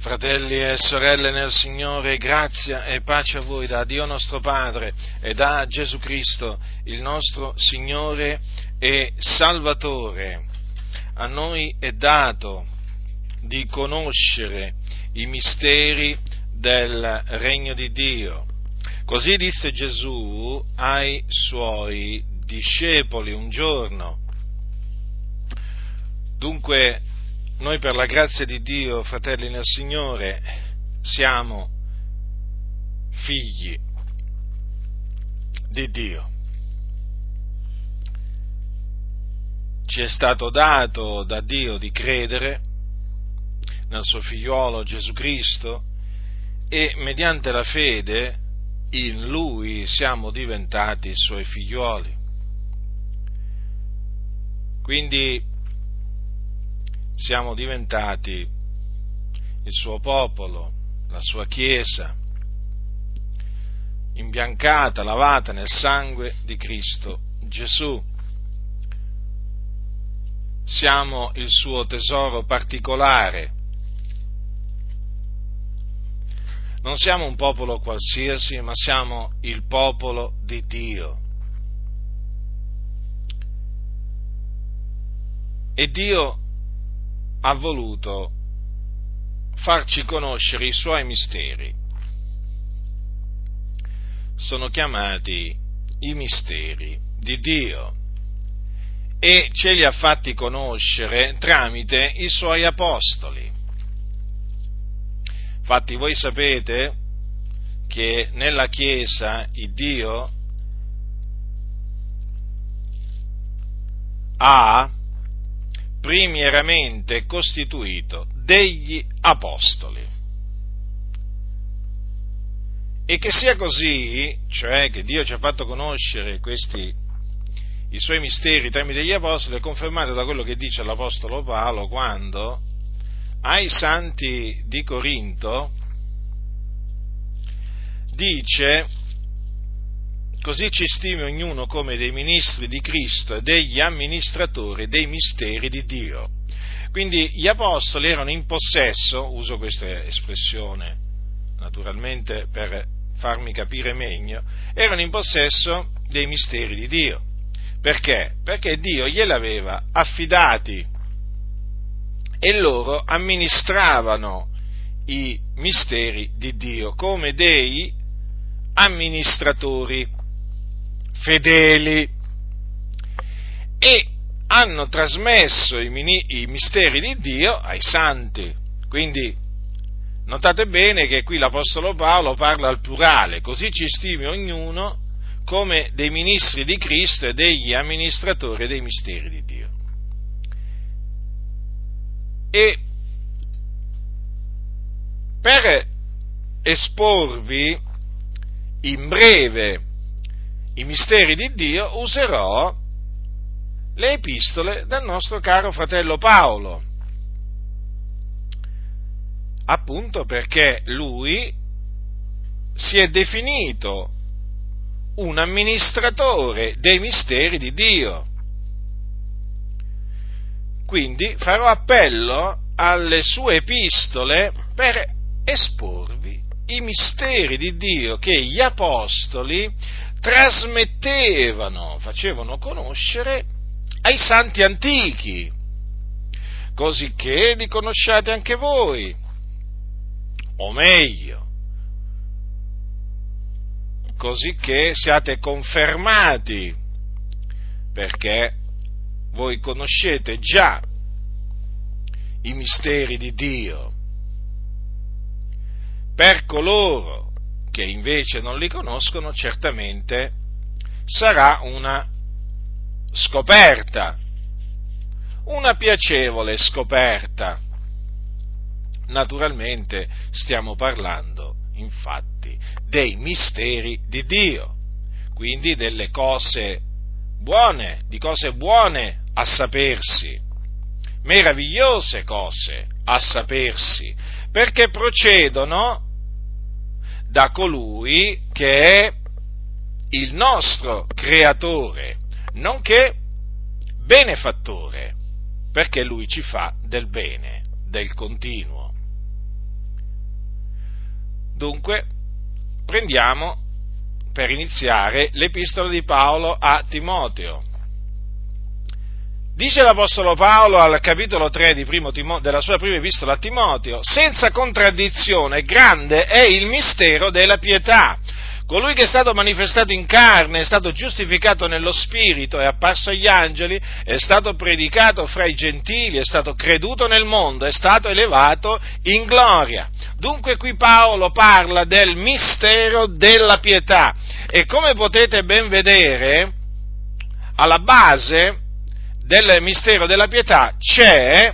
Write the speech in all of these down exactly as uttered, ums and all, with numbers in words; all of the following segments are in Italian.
Fratelli e sorelle nel Signore, grazia e pace a voi da Dio nostro Padre e da Gesù Cristo, il nostro Signore e Salvatore. A noi è dato di conoscere i misteri del Regno di Dio. Così disse Gesù ai suoi discepoli un giorno. Dunque, noi per la grazia di Dio, fratelli nel Signore, siamo figli di Dio. Ci è stato dato da Dio di credere nel suo figliuolo Gesù Cristo e mediante la fede in Lui siamo diventati Suoi figliuoli. Quindi siamo diventati il suo popolo, la sua Chiesa, imbiancata, lavata nel sangue di Cristo Gesù. Siamo il suo tesoro particolare. Non siamo un popolo qualsiasi, ma siamo il popolo di Dio. E Dio ha voluto farci conoscere i suoi misteri. Sono chiamati i misteri di Dio e ce li ha fatti conoscere tramite i suoi apostoli. Infatti voi sapete che nella Chiesa il Dio ha primieramente costituito degli apostoli. E che sia così, cioè che Dio ci ha fatto conoscere questi, i suoi misteri tramite gli apostoli, è confermato da quello che dice l'apostolo Paolo quando ai santi di Corinto dice: così ci stimi ognuno come dei ministri di Cristo e degli amministratori dei misteri di Dio. Quindi gli apostoli erano in possesso, uso questa espressione naturalmente per farmi capire meglio, erano in possesso dei misteri di Dio. Perché? Perché Dio glieli aveva affidati e loro amministravano i misteri di Dio come dei amministratori fedeli e hanno trasmesso i, mini, i misteri di Dio ai santi. Quindi notate bene che qui l'apostolo Paolo parla al plurale: così ci stimi ognuno come dei ministri di Cristo e degli amministratori dei misteri di Dio. E per esporvi in breve i misteri di Dio userò le epistole del nostro caro fratello Paolo, appunto perché lui si è definito un amministratore dei misteri di Dio. Quindi farò appello alle sue epistole per esporvi i misteri di Dio che gli apostoli trasmettevano, facevano conoscere ai santi antichi, così che li conosciate anche voi, o meglio, così che siate confermati, perché voi conoscete già i misteri di Dio. Per coloro che invece non li conoscono, certamente sarà una scoperta, una piacevole scoperta. Naturalmente stiamo parlando, infatti, dei misteri di Dio, quindi delle cose buone, di cose buone a sapersi, meravigliose cose a sapersi, perché procedono da colui che è il nostro creatore, nonché benefattore, perché lui ci fa del bene, del continuo. Dunque, prendiamo per iniziare l'epistola di Paolo a Timoteo. Dice l'Apostolo Paolo al capitolo tre di primo Timo, della sua prima epistola a Timoteo: senza contraddizione grande è il mistero della pietà. Colui che è stato manifestato in carne, è stato giustificato nello spirito, è apparso agli angeli, è stato predicato fra i gentili, è stato creduto nel mondo, è stato elevato in gloria. Dunque qui Paolo parla del mistero della pietà e, come potete ben vedere, alla base del mistero della pietà c'è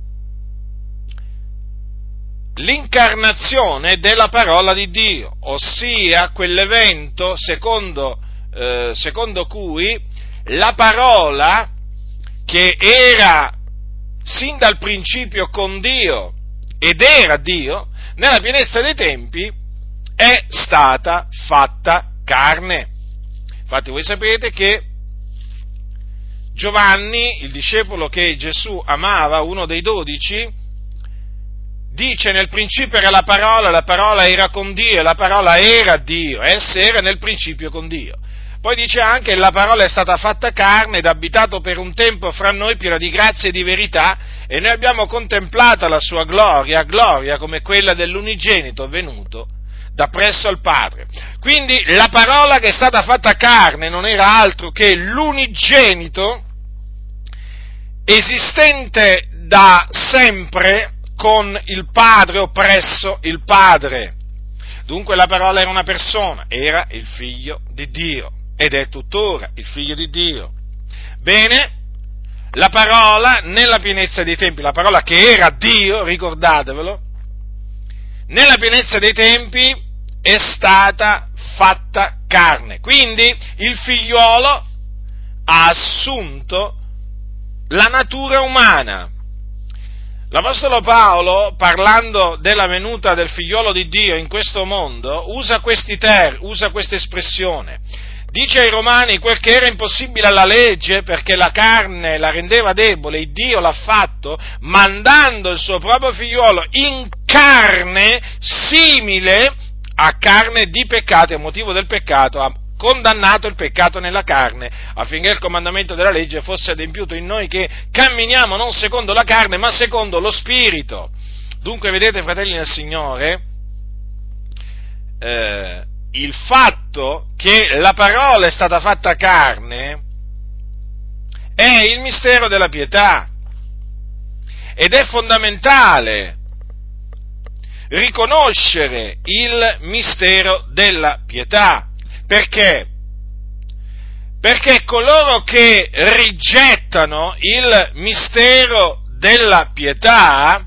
l'incarnazione della parola di Dio, ossia quell'evento secondo, eh, secondo cui la parola, che era sin dal principio con Dio ed era Dio, nella pienezza dei tempi è stata fatta carne. Infatti voi sapete che Giovanni, il discepolo che Gesù amava, uno dei dodici, dice: nel principio era la parola, la parola era con Dio, e la parola era Dio, essa era nel principio con Dio. Poi dice anche: la parola è stata fatta carne ed ha abitato per un tempo fra noi, piena di grazia e di verità, e noi abbiamo contemplata la sua gloria, gloria come quella dell'unigenito venuto da presso al Padre. Quindi la parola che è stata fatta carne non era altro che l'unigenito esistente da sempre con il Padre o presso il Padre. Dunque la parola era una persona, era il Figlio di Dio ed è tuttora il Figlio di Dio. Bene, la parola nella pienezza dei tempi, la parola che era Dio, ricordatevelo, nella pienezza dei tempi è stata fatta carne. Quindi il figliuolo ha assunto la natura umana. L'Apostolo Paolo, parlando della venuta del figliolo di Dio in questo mondo, usa questi ter, usa questa espressione. Dice ai Romani: quel che era impossibile alla legge, perché la carne la rendeva debole, il Dio l'ha fatto, mandando il suo proprio figliolo in carne, simile a carne di peccato, e a motivo del peccato ha condannato il peccato nella carne, affinché il comandamento della legge fosse adempiuto in noi che camminiamo non secondo la carne, ma secondo lo Spirito. Dunque, vedete, fratelli nel Signore, eh, il fatto che la parola è stata fatta carne è il mistero della pietà, ed è fondamentale riconoscere il mistero della pietà. Perché? Perché coloro che rigettano il mistero della pietà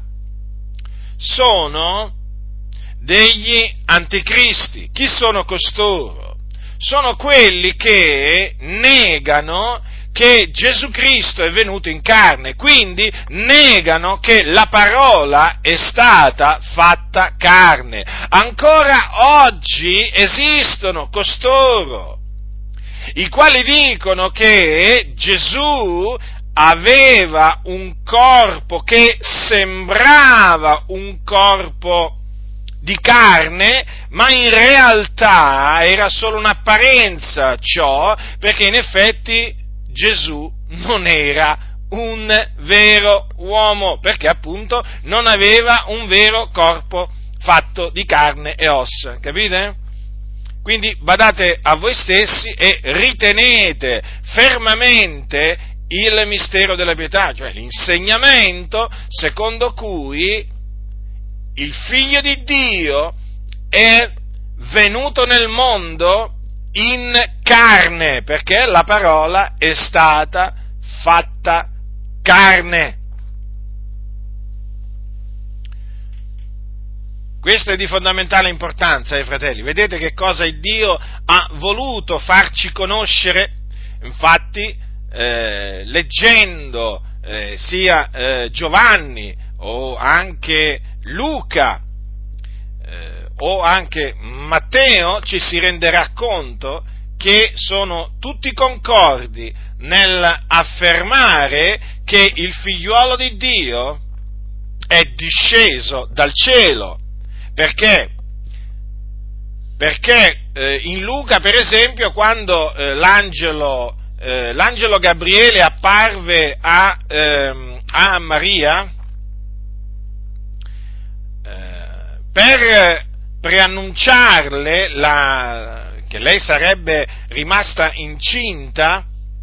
sono degli anticristi. Chi sono costoro? Sono quelli che negano che Gesù Cristo è venuto in carne, quindi negano che la parola è stata fatta carne. Ancora oggi esistono costoro, i quali dicono che Gesù aveva un corpo che sembrava un corpo di carne, ma in realtà era solo un'apparenza ciò, perché in effetti Gesù non era un vero uomo, perché appunto non aveva un vero corpo fatto di carne e ossa, capite? Quindi badate a voi stessi e ritenete fermamente il mistero della pietà, cioè l'insegnamento secondo cui il Figlio di Dio è venuto nel mondo in carne, perché la parola è stata fatta carne. Questo è di fondamentale importanza, eh, fratelli. Vedete che cosa il Dio ha voluto farci conoscere? Infatti, eh, leggendo eh, sia eh, Giovanni o anche Luca eh, o anche Matteo, ci si renderà conto che sono tutti concordi nell'affermare che il figliuolo di Dio è disceso dal cielo, perché perché eh, in Luca, per esempio, quando eh, l'angelo, eh, l'angelo Gabriele apparve a, ehm, a Maria eh, per preannunciarle la, che lei sarebbe rimasta incinta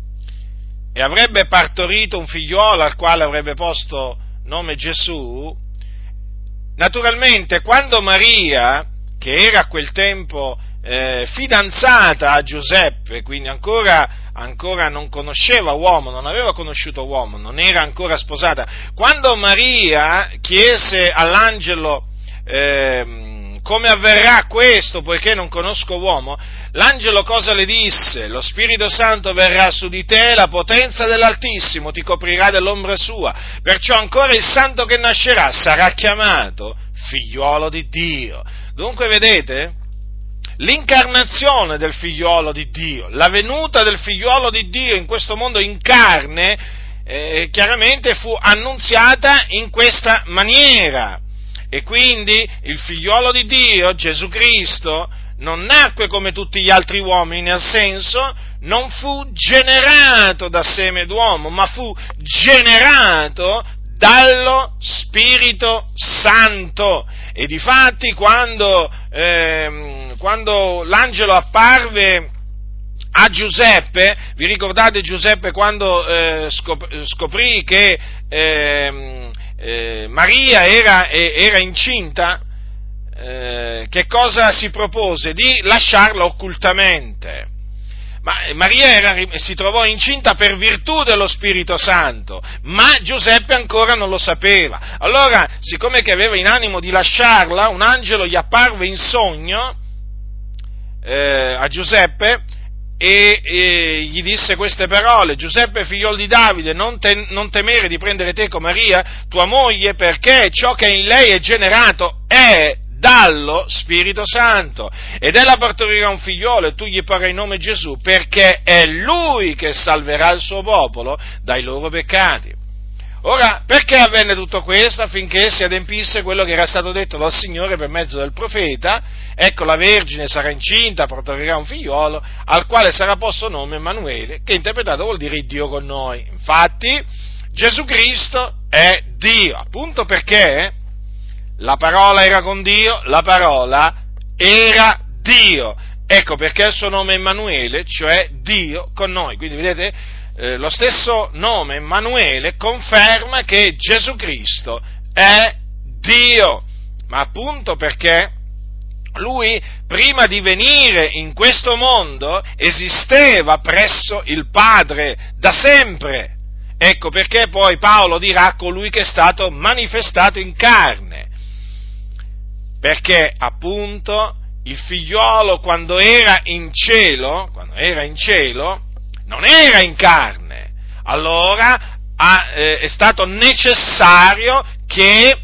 e avrebbe partorito un figliuolo al quale avrebbe posto nome Gesù, naturalmente quando Maria, che era a quel tempo eh, fidanzata a Giuseppe, quindi ancora, ancora non conosceva uomo, non aveva conosciuto uomo, non era ancora sposata, quando Maria chiese all'angelo eh, come avverrà questo, poiché non conosco uomo, l'angelo cosa le disse? Lo Spirito Santo verrà su di te, la potenza dell'Altissimo ti coprirà dell'ombra sua, perciò ancora il santo che nascerà sarà chiamato figliuolo di Dio. Dunque vedete, l'incarnazione del figliuolo di Dio, la venuta del figliuolo di Dio in questo mondo in carne, eh, chiaramente fu annunziata in questa maniera. E quindi il figliuolo di Dio, Gesù Cristo, non nacque come tutti gli altri uomini, nel senso, non fu generato da seme d'uomo, ma fu generato dallo Spirito Santo. E difatti quando, eh, quando l'angelo apparve a Giuseppe, vi ricordate Giuseppe quando eh, scoprì che eh, eh, Maria era, era incinta? Eh, che cosa si propose? Di lasciarla occultamente. Ma Maria era, si trovò incinta per virtù dello Spirito Santo, ma Giuseppe ancora non lo sapeva. Allora, siccome che aveva in animo di lasciarla, un angelo gli apparve in sogno eh, a Giuseppe e, e gli disse queste parole: Giuseppe, figliol di Davide, non, te, non temere di prendere te con Maria, tua moglie, perché ciò che in lei è generato è dallo Spirito Santo, ed ella partorirà un figliolo e tu gli porrai il nome Gesù, perché è lui che salverà il suo popolo dai loro peccati. Ora, perché avvenne tutto questo? Affinché si adempisse quello che era stato detto dal Signore per mezzo del profeta: ecco, la Vergine sarà incinta, partorirà un figliolo, al quale sarà posto nome Emanuele, che interpretato vuol dire Dio con noi. Infatti, Gesù Cristo è Dio, appunto perché la parola era con Dio, la parola era Dio. Ecco perché il suo nome è Emanuele, cioè Dio con noi. Quindi vedete, eh, lo stesso nome Emanuele conferma che Gesù Cristo è Dio, ma appunto perché lui, prima di venire in questo mondo, esisteva presso il Padre da sempre. Ecco perché poi Paolo dirà colui che è stato manifestato in carne. Perché appunto il figliuolo quando era in cielo, quando era in cielo, non era in carne, allora ha, eh, è stato necessario che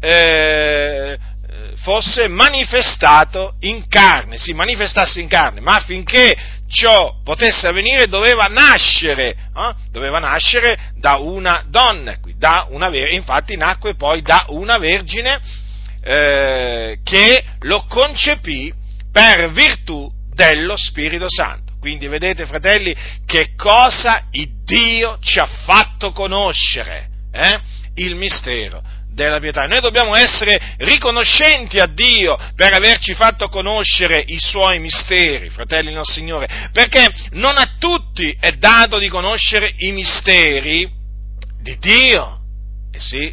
eh, fosse manifestato in carne, si manifestasse in carne, ma affinché ciò potesse avvenire doveva nascere, eh? doveva nascere da una donna, da una, infatti nacque poi da una vergine Eh, che lo concepì per virtù dello Spirito Santo. Quindi vedete, fratelli, che cosa il Dio ci ha fatto conoscere, eh? Il mistero della pietà. Noi dobbiamo essere riconoscenti a Dio per averci fatto conoscere i suoi misteri, fratelli nel Signore, perché non a tutti è dato di conoscere i misteri di Dio. Eh sì,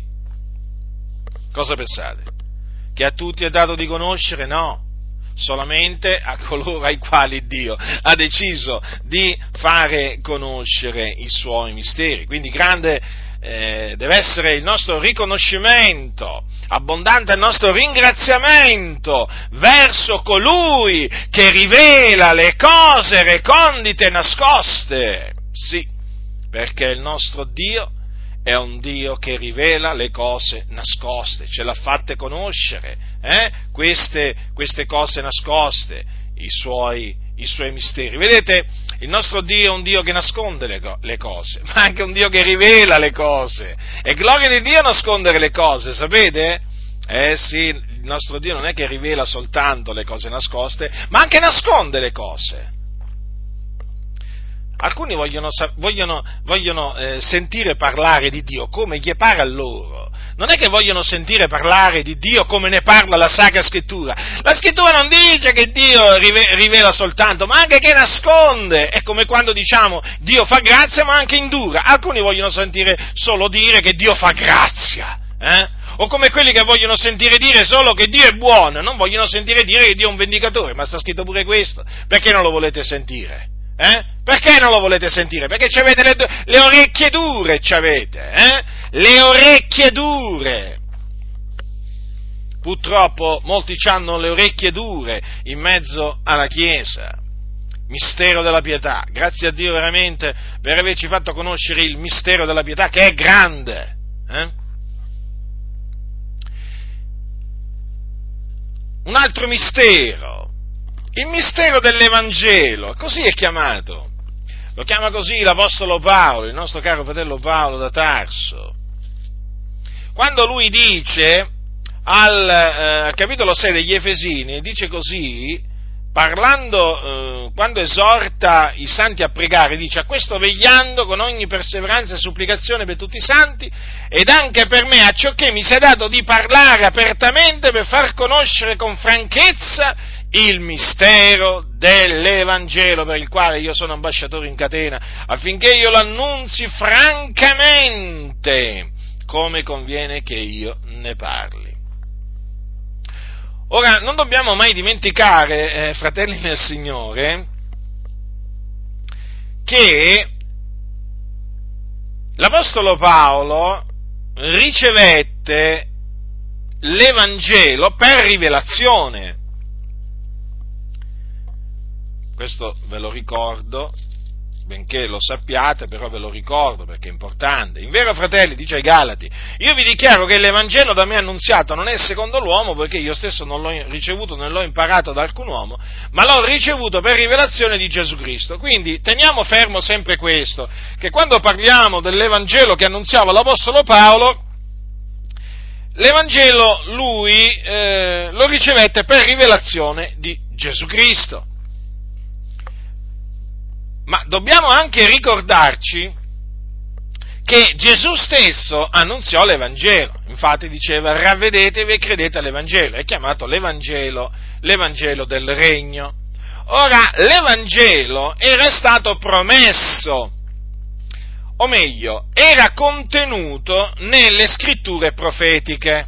cosa pensate? Che a tutti è dato di conoscere? No, solamente a coloro ai quali Dio ha deciso di fare conoscere i suoi misteri. Quindi grande eh, deve essere il nostro riconoscimento, abbondante il nostro ringraziamento verso colui che rivela le cose recondite e nascoste. Sì, perché il nostro Dio è un Dio che rivela le cose nascoste, ce l'ha fatte conoscere, eh? queste, queste cose nascoste, i suoi, i suoi misteri. Vedete, il nostro Dio è un Dio che nasconde le, le cose, ma anche un Dio che rivela le cose. È gloria di Dio nascondere le cose, sapete? Eh sì, il nostro Dio non è che rivela soltanto le cose nascoste, ma anche nasconde le cose. Alcuni vogliono, vogliono, vogliono eh, sentire parlare di Dio come gli pare a loro. Non è che vogliono sentire parlare di Dio come ne parla la Sacra Scrittura. La Scrittura non dice che Dio rivela soltanto, ma anche che nasconde. È come quando diciamo Dio fa grazia ma anche indura. Alcuni vogliono sentire solo dire che Dio fa grazia. Eh? O come quelli che vogliono sentire dire solo che Dio è buono, non vogliono sentire dire che Dio è un vendicatore. Ma sta scritto pure questo. Perché non lo volete sentire? Eh? Perché non lo volete sentire? Perché avete le, le orecchie dure, c'avete, eh? Le orecchie dure. Purtroppo molti hanno le orecchie dure in mezzo alla Chiesa. Mistero della pietà. Grazie a Dio veramente per averci fatto conoscere il mistero della pietà, che è grande. Eh? Un altro mistero. Il mistero dell'Evangelo, così è chiamato, lo chiama così l'Apostolo Paolo, il nostro caro fratello Paolo da Tarso, quando lui dice al eh, capitolo sei degli Efesini, dice così, parlando, eh, quando esorta i santi a pregare, dice: a questo vegliando con ogni perseveranza e supplicazione per tutti i santi, ed anche per me, acciò che mi sia dato di parlare apertamente per far conoscere con franchezza il mistero dell'Evangelo, per il quale io sono ambasciatore in catena, affinché io lo annunzi francamente, come conviene che io ne parli. Ora, non dobbiamo mai dimenticare, eh, fratelli nel Signore, che l'Apostolo Paolo ricevette l'Evangelo per rivelazione. Questo ve lo ricordo, benché lo sappiate, però ve lo ricordo perché è importante. Invero, fratelli, dice ai Galati, io vi dichiaro che l'Evangelo da me annunziato non è secondo l'uomo, poiché io stesso non l'ho ricevuto, non l'ho imparato da alcun uomo, ma l'ho ricevuto per rivelazione di Gesù Cristo. Quindi teniamo fermo sempre questo, che quando parliamo dell'Evangelo che annunziava l'Apostolo Paolo, l'Evangelo lui eh, lo ricevette per rivelazione di Gesù Cristo. Ma dobbiamo anche ricordarci che Gesù stesso annunziò l'Evangelo, infatti diceva: ravvedetevi e credete all'Evangelo, è chiamato l'Evangelo, l'Evangelo del Regno. Ora, l'Evangelo era stato promesso, o meglio, era contenuto nelle scritture profetiche,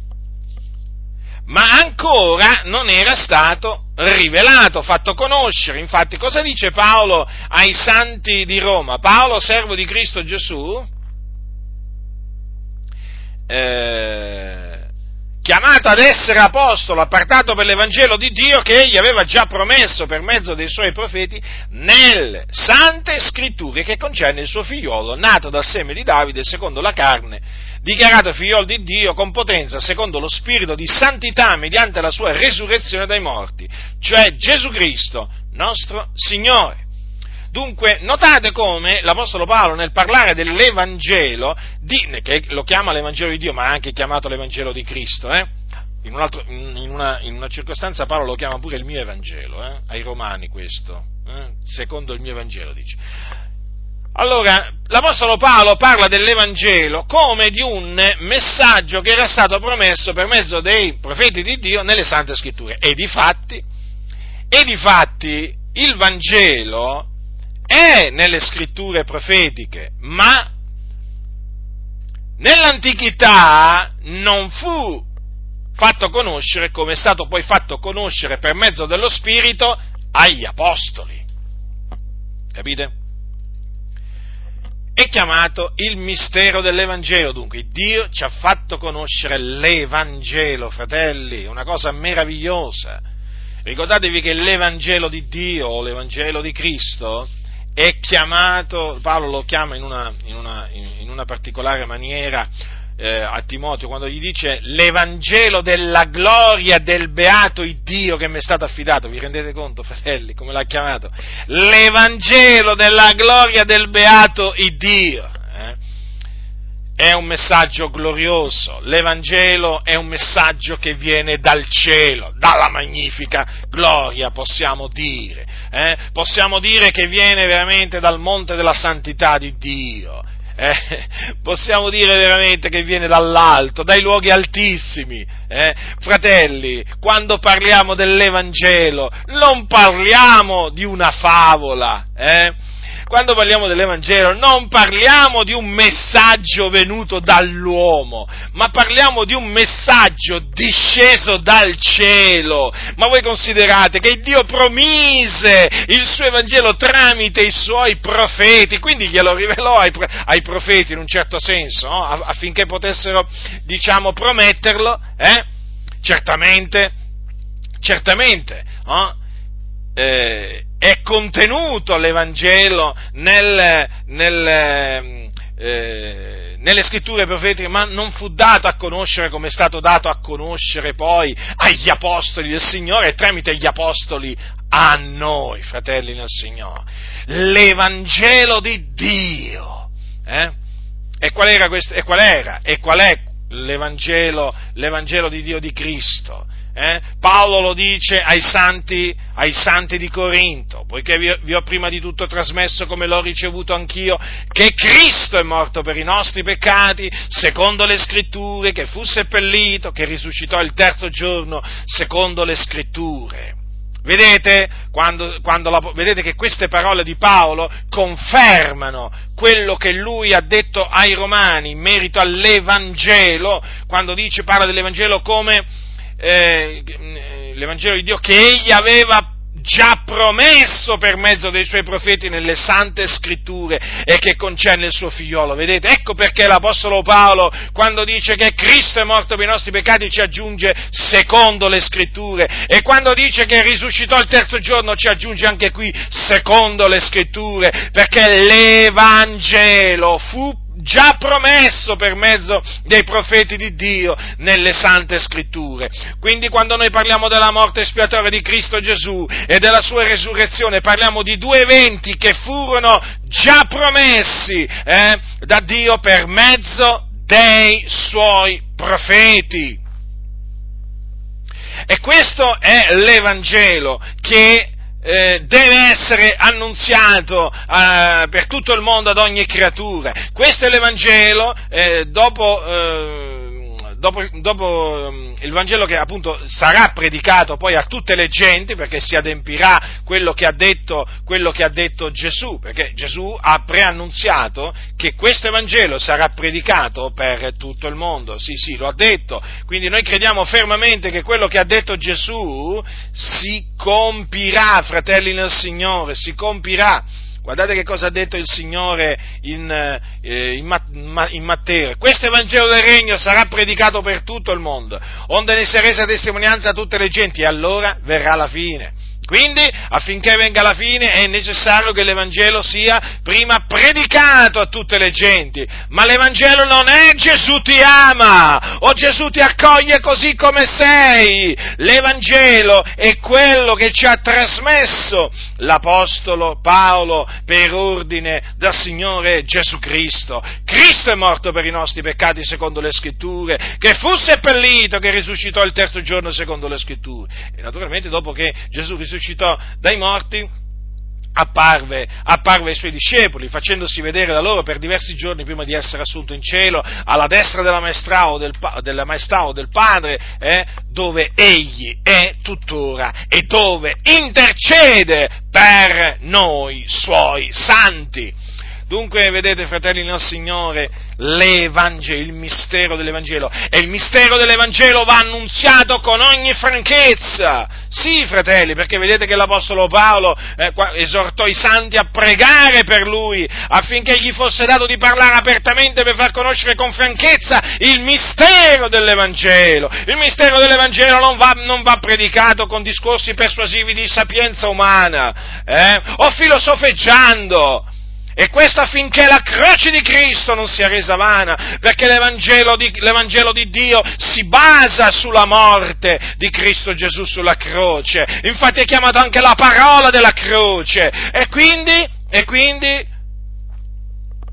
ma ancora non era stato rivelato, fatto conoscere. Infatti, cosa dice Paolo ai santi di Roma? Paolo, servo di Cristo Gesù, eh, chiamato ad essere apostolo, appartato per l'Evangelo di Dio, che egli aveva già promesso per mezzo dei suoi profeti nelle sante scritture, che concerne il suo figliolo, nato dal seme di Davide secondo la carne, dichiarato figliolo di Dio con potenza secondo lo spirito di santità mediante la sua resurrezione dai morti, cioè Gesù Cristo, nostro Signore. Dunque, notate come l'Apostolo Paolo, nel parlare dell'Evangelo, di, che lo chiama l'Evangelo di Dio, ma ha anche chiamato l'Evangelo di Cristo, eh? in, un altro, in, una, in una circostanza Paolo lo chiama pure il mio Evangelo, eh? ai Romani questo, eh? secondo il mio Evangelo dice. Allora, l'Apostolo Paolo parla dell'Evangelo come di un messaggio che era stato promesso per mezzo dei profeti di Dio nelle Sante Scritture, e difatti, e difatti il Vangelo è nelle scritture profetiche, ma nell'antichità non fu fatto conoscere come è stato poi fatto conoscere per mezzo dello Spirito agli Apostoli. Capite? È chiamato il mistero dell'Evangelo. Dunque Dio ci ha fatto conoscere l'Evangelo, fratelli, una cosa meravigliosa. Ricordatevi che l'Evangelo di Dio o l'Evangelo di Cristo è chiamato, Paolo lo chiama in una, in una, in una particolare maniera eh, a Timoteo, quando gli dice l'Evangelo della gloria del beato Iddio che mi è stato affidato. Vi rendete conto, fratelli, come l'ha chiamato? L'Evangelo della gloria del beato Iddio. Eh? è un messaggio glorioso, l'Evangelo è un messaggio che viene dal cielo, dalla magnifica gloria, possiamo dire, eh? Possiamo dire che viene veramente dal monte della santità di Dio, eh? Possiamo dire veramente che viene dall'alto, dai luoghi altissimi, eh? Fratelli, quando parliamo dell'Evangelo non parliamo di una favola, eh? Quando parliamo dell'Evangelo non parliamo di un messaggio venuto dall'uomo, ma parliamo di un messaggio disceso dal cielo. Ma voi considerate che Dio promise il suo Evangelo tramite i suoi profeti, quindi glielo rivelò ai, ai profeti in un certo senso, no? Affinché potessero, diciamo, prometterlo, eh? Certamente, certamente, no? Eh, è contenuto l'Evangelo nel, nel, eh, nelle scritture profetiche, ma non fu dato a conoscere come è stato dato a conoscere poi agli apostoli del Signore e tramite gli apostoli a noi, fratelli nel Signore. L'Evangelo di Dio. Eh? E qual era questo? E qual era? E qual è l'Evangelo, l'Evangelo di Dio di Cristo? Eh? Paolo lo dice ai santi, ai santi di Corinto, poiché vi, vi ho prima di tutto trasmesso, come l'ho ricevuto anch'io, che Cristo è morto per i nostri peccati, secondo le scritture, che fu seppellito, che risuscitò il terzo giorno, secondo le scritture. Vedete, quando, quando la, vedete che queste parole di Paolo confermano quello che lui ha detto ai Romani in merito all'Evangelo, quando dice, parla dell'Evangelo come Eh, l'Evangelo di Dio che egli aveva già promesso per mezzo dei suoi profeti nelle sante scritture e che concerne il suo figliolo. Vedete? Ecco perché l'Apostolo Paolo, quando dice che Cristo è morto per i nostri peccati, ci aggiunge secondo le scritture, e quando dice che risuscitò il terzo giorno ci aggiunge anche qui secondo le scritture, perché l'Evangelo fu già promesso per mezzo dei profeti di Dio nelle sante scritture. Quindi quando noi parliamo della morte espiatoria di Cristo Gesù e della sua resurrezione, parliamo di due eventi che furono già promessi eh, da Dio per mezzo dei suoi profeti. E questo è l'Evangelo che Eh, deve essere annunziato eh, per tutto il mondo ad ogni creatura. Questo è l'Evangelo, eh, dopo, eh, dopo, dopo eh, il Vangelo che appunto sarà predicato poi a tutte le genti, perché si adempirà quello che ha detto, quello che ha detto Gesù, perché Gesù ha preannunziato che questo Evangelo sarà predicato per tutto il mondo. Sì, sì, lo ha detto. Quindi noi crediamo fermamente che quello che ha detto Gesù si compirà, fratelli nel Signore, si compirà. Guardate che cosa ha detto il Signore in, eh, in, in Matteo: questo Evangelo del Regno sarà predicato per tutto il mondo, onde ne sia resa testimonianza a tutte le genti, e allora verrà la fine. Quindi, affinché venga la fine, è necessario che l'Evangelo sia prima predicato a tutte le genti. Ma l'Evangelo non è Gesù ti ama, o Gesù ti accoglie così come sei. L'Evangelo è quello che ci ha trasmesso l'Apostolo Paolo per ordine del Signore Gesù Cristo. Cristo è morto per i nostri peccati secondo le Scritture, che fu seppellito, che risuscitò il terzo giorno secondo le Scritture. E naturalmente dopo che Gesù risuscitò dai morti, apparve, apparve ai suoi discepoli, facendosi vedere da loro per diversi giorni prima di essere assunto in cielo alla destra della maestà o del, della maestà o del Padre, eh, dove egli è tuttora e dove intercede per noi suoi santi. Dunque, vedete, fratelli nel Signore, l'Evangelo, il mistero dell'Evangelo, e il mistero dell'Evangelo va annunziato con ogni franchezza. Sì, fratelli, perché vedete che l'Apostolo Paolo eh, esortò i santi a pregare per lui, affinché gli fosse dato di parlare apertamente per far conoscere con franchezza il mistero dell'Evangelo. Il mistero dell'Evangelo non va, non va predicato con discorsi persuasivi di sapienza umana, eh, o filosofeggiando. E questo affinché la croce di Cristo non sia resa vana, perché l'Evangelo di, l'Evangelo di Dio si basa sulla morte di Cristo Gesù sulla croce. Infatti è chiamato anche la parola della croce. E quindi, e quindi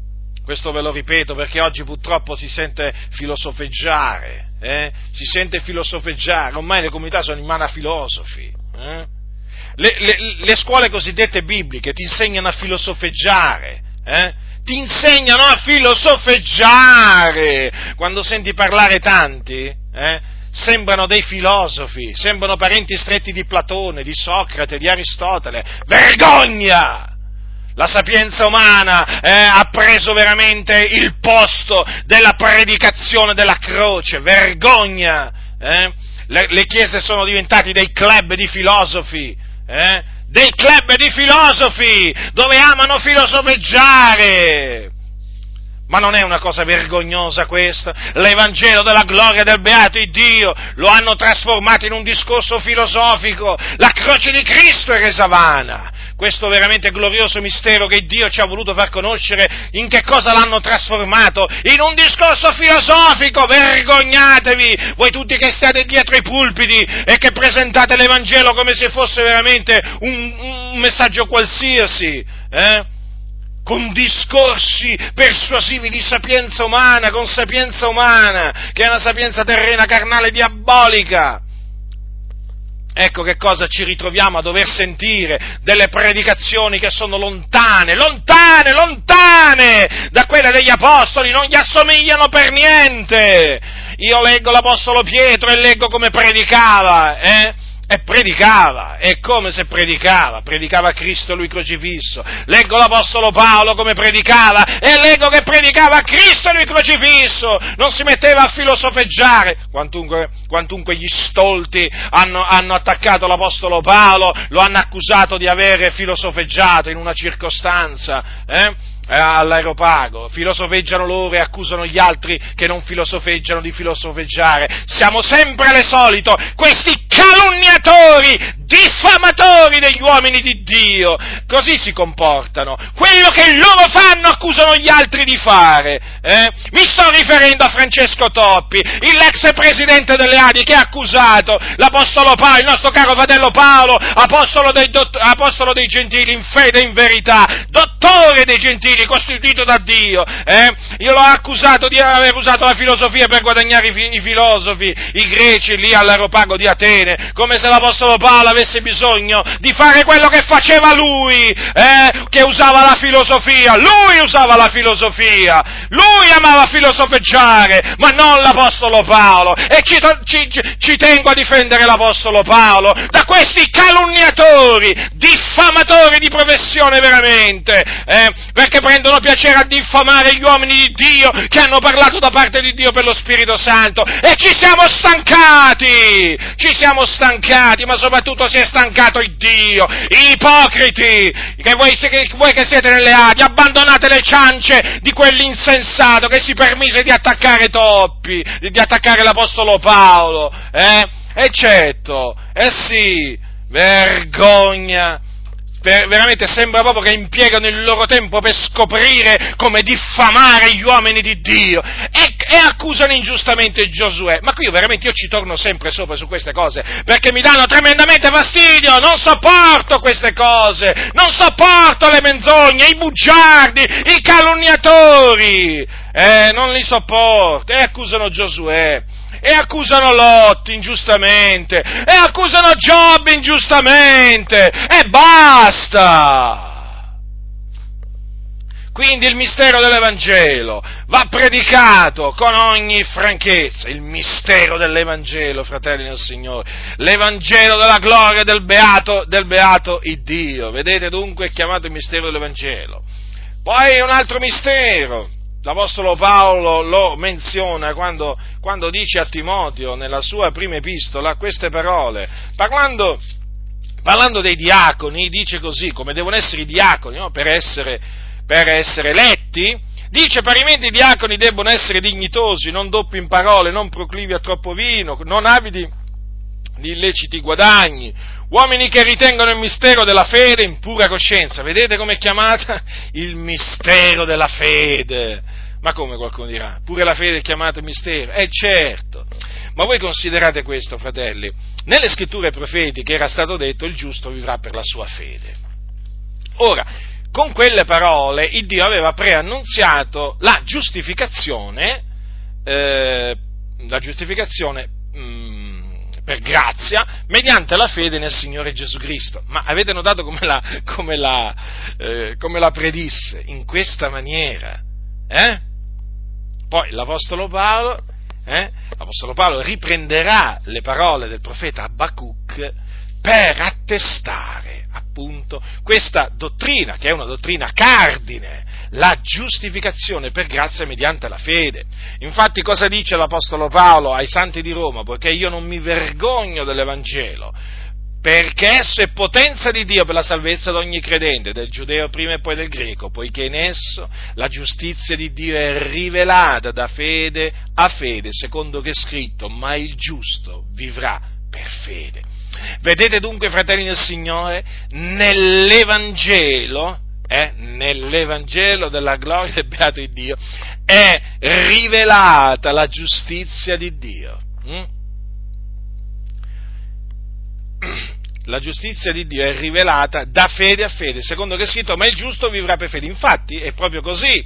questo ve lo ripeto perché oggi purtroppo si sente filosofeggiare, eh? si sente filosofeggiare, ormai le comunità sono in mano a filosofi, eh? le, le, le scuole cosiddette bibliche ti insegnano a filosofeggiare, eh? ti insegnano a filosofeggiare, quando senti parlare tanti, eh? sembrano dei filosofi, sembrano parenti stretti di Platone, di Socrate, di Aristotele, vergogna! La sapienza umana eh, ha preso veramente il posto della predicazione della croce, vergogna! Eh? Le, le chiese sono diventate dei club di filosofi, eh? dei club di filosofi, dove amano filosofeggiare! Ma non è una cosa vergognosa questa? L'Evangelo della gloria del beato Iddio lo hanno trasformato in un discorso filosofico, la croce di Cristo è resa vana. Questo veramente glorioso mistero che Dio ci ha voluto far conoscere, in che cosa l'hanno trasformato? In un discorso filosofico, vergognatevi, voi tutti che state dietro i pulpiti e che presentate l'Evangelo come se fosse veramente un, un messaggio qualsiasi, eh? con discorsi persuasivi di sapienza umana, con sapienza umana, che è una sapienza terrena, carnale, diabolica. Ecco che cosa ci ritroviamo a dover sentire, delle predicazioni che sono lontane, lontane, lontane da quelle degli apostoli, non gli assomigliano per niente. Io leggo l'apostolo Pietro e leggo come predicava, eh? E predicava, è come se predicava, predicava Cristo e lui crocifisso. Leggo l'apostolo Paolo come predicava e leggo che predicava Cristo e lui crocifisso, non si metteva a filosofeggiare. Quantunque, quantunque gli stolti hanno, hanno attaccato l'apostolo Paolo, lo hanno accusato di avere filosofeggiato in una circostanza, eh? all'Areopago, filosofeggiano loro e accusano gli altri che non filosofeggiano di filosofeggiare. Siamo sempre alle solito, questi calunniatori, diffamatori degli uomini di Dio, così si comportano, quello che loro fanno accusano gli altri di fare, eh? Mi sto riferendo a Francesco Toppi, l'ex presidente delle Adi, che ha accusato l'apostolo Paolo, il nostro caro fratello Paolo, apostolo dei, dott- apostolo dei gentili in fede e in verità, dottore dei gentili, costituito da Dio, eh? Io l'ho accusato di aver usato la filosofia per guadagnare i, fi- i filosofi, i greci lì all'Areopago di Atene, come se l'apostolo Paolo avesse bisogno di fare quello che faceva lui, eh? Che usava la filosofia, lui usava la filosofia, lui amava filosofeggiare, ma non l'apostolo Paolo, e ci, ci, ci tengo a difendere l'apostolo Paolo da questi calunniatori, diffamatori di professione veramente, eh? Perché prendono piacere a diffamare gli uomini di Dio che hanno parlato da parte di Dio per lo Spirito Santo, e ci siamo stancati, ci siamo stancati, ma soprattutto si è stancato il Dio, i ipocriti, che voi, che voi che siete nelle Adi, abbandonate le ciance di quell'insensato che si permise di attaccare Toppi, di attaccare l'apostolo Paolo, eh? E certo, eh sì, vergogna. Per, veramente sembra proprio che impiegano il loro tempo per scoprire come diffamare gli uomini di Dio e, e accusano ingiustamente Giosuè. Ma qui io veramente io ci torno sempre sopra su queste cose perché mi danno tremendamente fastidio, non sopporto queste cose, non sopporto le menzogne, i bugiardi, i calunniatori, eh, non li sopporto, e accusano Giosuè. E accusano Lot ingiustamente, e accusano Giobbe ingiustamente, e basta! Quindi il mistero dell'Evangelo va predicato con ogni franchezza, il mistero dell'Evangelo, fratelli del Signore, l'Evangelo della gloria del beato, del beato Iddio, vedete dunque è chiamato il mistero dell'Evangelo. Poi un altro mistero. L'Apostolo Paolo lo menziona quando, quando dice a Timoteo, nella sua prima epistola, queste parole, parlando, parlando dei diaconi, dice così, come devono essere i diaconi, no? per, essere, per essere eletti, dice, parimenti i diaconi debbono essere dignitosi, non doppi in parole, non proclivi a troppo vino, non avidi di illeciti guadagni, uomini che ritengono il mistero della fede in pura coscienza. Vedete com'è chiamata? Il mistero della fede. Ma come, qualcuno dirà? Pure la fede è chiamata mistero? Eh certo. Ma voi considerate questo, fratelli? Nelle scritture profetiche era stato detto il giusto vivrà per la sua fede. Ora, con quelle parole il Dio aveva preannunziato la giustificazione, eh, la giustificazione mh, per grazia mediante la fede nel Signore Gesù Cristo. Ma avete notato come la, come la, eh, come la predisse? In questa maniera. Eh? Poi l'Apostolo Paolo, eh, l'Apostolo Paolo riprenderà le parole del profeta Abacuc per attestare appunto questa dottrina, che è una dottrina cardine, la giustificazione per grazia mediante la fede. Infatti cosa dice l'Apostolo Paolo ai santi di Roma? Poiché io non mi vergogno dell'Evangelo, perché esso è potenza di Dio per la salvezza di ogni credente, del giudeo prima e poi del greco, poiché in esso la giustizia di Dio è rivelata da fede a fede, secondo che è scritto, ma il giusto vivrà per fede. Vedete dunque, fratelli del Signore, nell'Evangelo, eh, nell'Evangelo della gloria del beato di Dio, è rivelata la giustizia di Dio. Hm? La giustizia di Dio è rivelata da fede a fede, secondo che è scritto, ma il giusto vivrà per fede. Infatti è proprio così,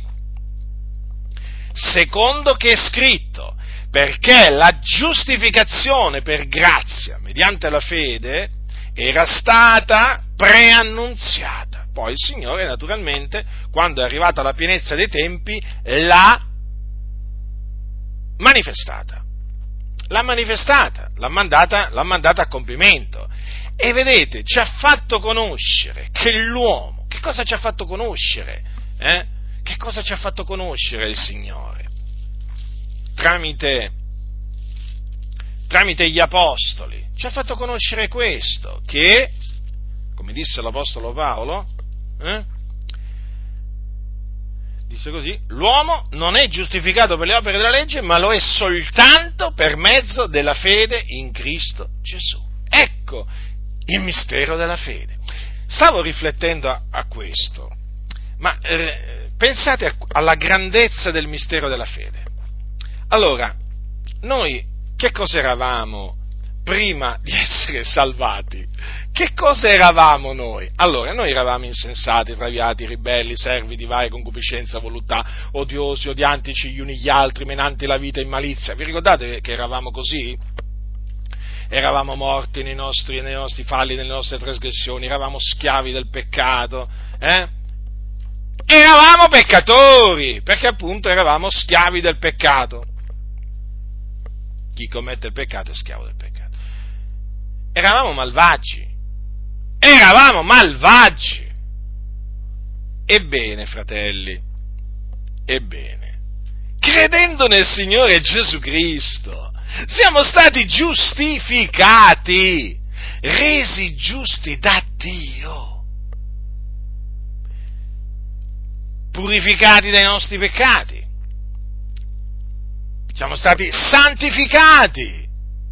secondo che è scritto, perché la giustificazione per grazia mediante la fede era stata preannunziata. Poi il Signore, naturalmente, quando è arrivata la pienezza dei tempi, l'ha manifestata. L'ha manifestata, l'ha mandata, l'ha mandata a compimento. E vedete, ci ha fatto conoscere che l'uomo, che cosa ci ha fatto conoscere? Eh? Che cosa ci ha fatto conoscere il Signore? Tramite, tramite gli apostoli, ci ha fatto conoscere questo, che, come disse l'Apostolo Paolo, eh? Disse così, l'uomo non è giustificato per le opere della legge, ma lo è soltanto per mezzo della fede in Cristo Gesù. Ecco il mistero della fede. Stavo riflettendo a, a questo, ma eh, pensate a, alla grandezza del mistero della fede. Allora, noi che cosa eravamo prima di essere salvati? Che cosa eravamo noi? Allora, noi eravamo insensati, traviati, ribelli, servi di varie concupiscenza, voluttà, odiosi, odiantici gli uni gli altri, menanti la vita in malizia. Vi ricordate che eravamo così? Eravamo morti nei nostri, nei nostri falli, nelle nostre trasgressioni, eravamo schiavi del peccato, eh? Eravamo peccatori, perché appunto eravamo schiavi del peccato. Chi commette il peccato è schiavo del peccato. Eravamo malvagi, eravamo malvagi. Ebbene, fratelli, ebbene, credendo nel Signore Gesù Cristo, siamo stati giustificati, resi giusti da Dio, purificati dai nostri peccati, siamo stati santificati,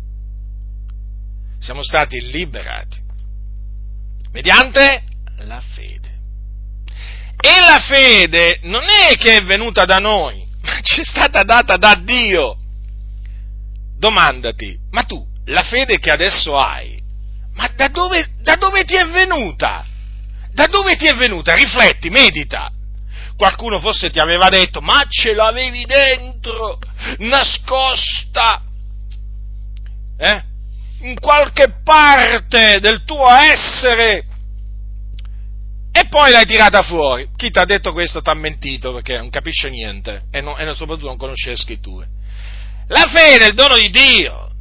siamo stati liberati mediante la fede. E la fede non è che è venuta da noi, ma ci è stata data da Dio. Domandati, ma tu, la fede che adesso hai, ma da dove, da dove ti è venuta? Da dove ti è venuta? Rifletti, medita. Qualcuno forse ti aveva detto, ma ce l'avevi dentro, nascosta, eh? in qualche parte del tuo essere, e poi l'hai tirata fuori. Chi ti ha detto questo ti ha mentito, perché non capisce niente, e, non, e soprattutto non conosce le scritture. La fede è il dono di Dio.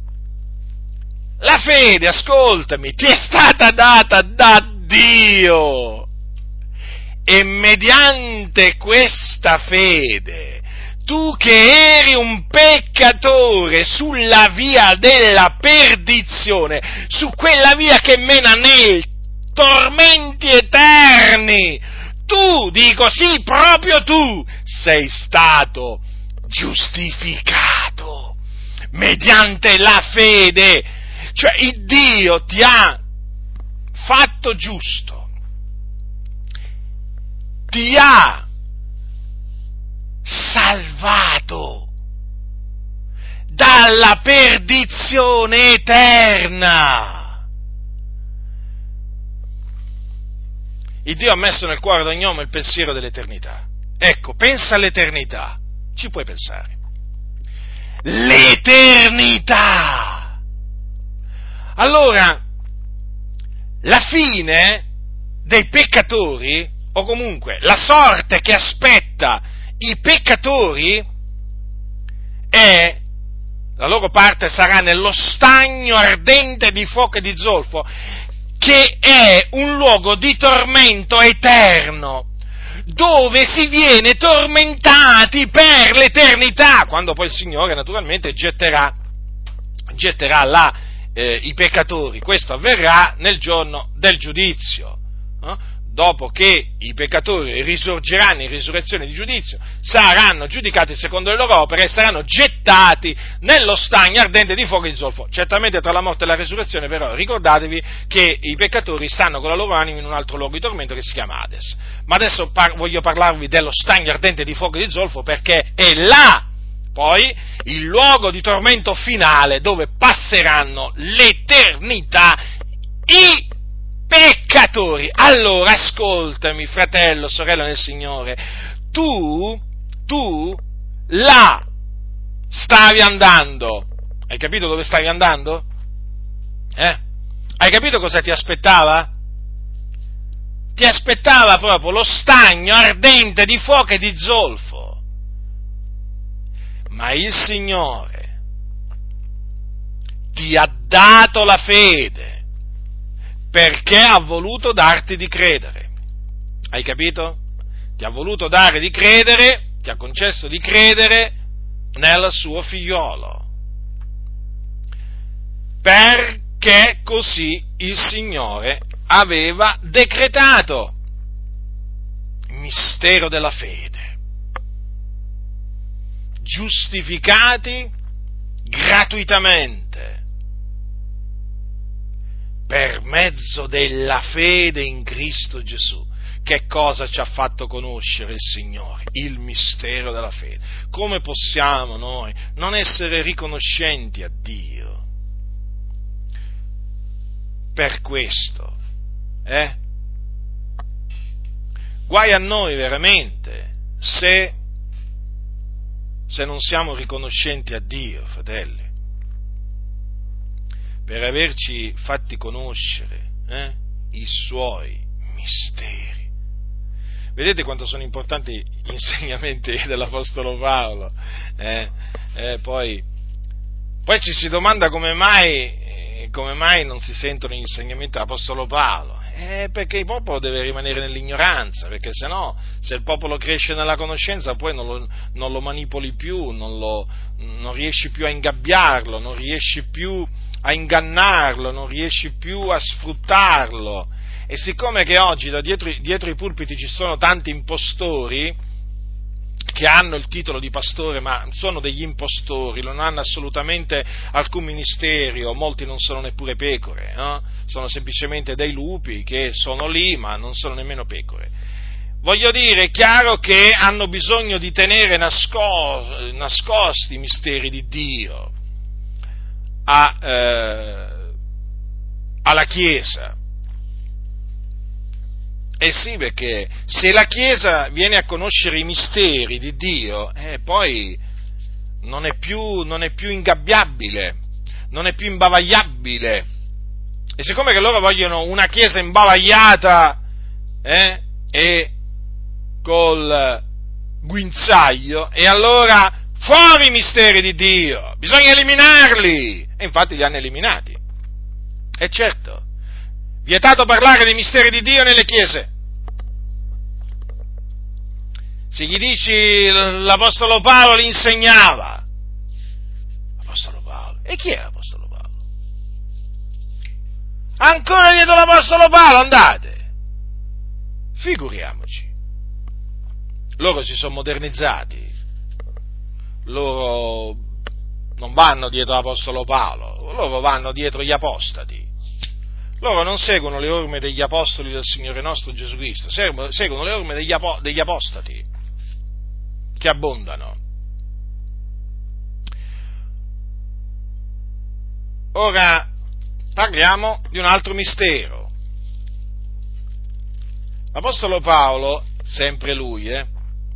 La fede, ascoltami, ti è stata data da Dio. E mediante questa fede, tu che eri un peccatore sulla via della perdizione, su quella via che mena nei tormenti eterni, tu, dico sì, proprio tu, sei stato giustificato mediante la fede, cioè il Dio ti ha fatto giusto, ti ha salvato dalla perdizione eterna. il Dio ha messo nel cuore di ogni uomo il pensiero dell'eternità. Ecco, pensa all'eternità, ci puoi pensare. L'eternità! Allora, la fine dei peccatori, o comunque la sorte che aspetta i peccatori, è, la loro parte sarà nello stagno ardente di fuoco e di zolfo, che è un luogo di tormento eterno, dove si viene tormentati per l'eternità, quando poi il Signore naturalmente getterà, getterà là eh, i peccatori. Questo avverrà nel giorno del giudizio, no? Dopo che i peccatori risorgeranno in risurrezione di giudizio, saranno giudicati secondo le loro opere e saranno gettati nello stagno ardente di fuoco e di zolfo. Certamente tra la morte e la risurrezione, però, ricordatevi che i peccatori stanno con la loro anima in un altro luogo di tormento che si chiama Hades. Ma adesso par- voglio parlarvi dello stagno ardente di fuoco e di zolfo, perché è là poi il luogo di tormento finale dove passeranno l'eternità i peccatori. Allora, ascoltami, fratello, sorella nel Signore, tu, tu, là stavi andando, hai capito dove stavi andando? Eh? Hai capito cosa ti aspettava? Ti aspettava proprio lo stagno ardente di fuoco e di zolfo. Ma il Signore ti ha dato la fede, perché ha voluto darti di credere. Hai capito? Ti ha voluto dare di credere, ti ha concesso di credere nel suo figliolo. Perché così il Signore aveva decretato. Mistero della fede. Giustificati gratuitamente per mezzo della fede in Cristo Gesù. Che cosa ci ha fatto conoscere il Signore? Il mistero della fede. Come possiamo noi non essere riconoscenti a Dio per questo? Eh? Guai a noi veramente se, se non siamo riconoscenti a Dio, fratelli, per averci fatti conoscere eh, i suoi misteri. Vedete quanto sono importanti gli insegnamenti dell'Apostolo Paolo? Eh, eh, poi, poi ci si domanda come mai, eh, come mai non si sentono gli insegnamenti dell'Apostolo Paolo. Eh, perché il popolo deve rimanere nell'ignoranza, perché se no, se il popolo cresce nella conoscenza, poi non lo, non lo manipoli più, non, lo, non riesci più a ingabbiarlo, non riesci più a ingannarlo, non riesci più a sfruttarlo. E siccome che oggi da dietro, dietro i pulpiti ci sono tanti impostori che hanno il titolo di pastore, ma sono degli impostori, non hanno assolutamente alcun ministero, molti non sono neppure pecore, no? Sono semplicemente dei lupi che sono lì, ma non sono nemmeno pecore. Voglio dire, è chiaro che hanno bisogno di tenere nascos- nascosti i misteri di Dio a, eh, alla Chiesa. Eh sì, perché se la Chiesa viene a conoscere i misteri di Dio, eh, poi non è più, non è più ingabbiabile, non è più imbavagliabile. E siccome che loro vogliono una Chiesa imbavagliata eh, e col guinzaglio, e allora fuori i misteri di Dio, bisogna eliminarli, e infatti li hanno eliminati. E certo, vietato parlare dei misteri di Dio nelle chiese. Se gli dici l'Apostolo Paolo li insegnava, l'Apostolo Paolo, e chi è l'Apostolo Paolo? Ancora dietro l'Apostolo Paolo andate? Figuriamoci. Loro si sono modernizzati, loro non vanno dietro l'Apostolo Paolo, loro vanno dietro gli apostati. Loro non seguono le orme degli apostoli del Signore nostro Gesù Cristo, seguono le orme degli, apo- degli apostati, che abbondano. Ora parliamo di un altro mistero. l'Apostolo Paolo, sempre lui, eh,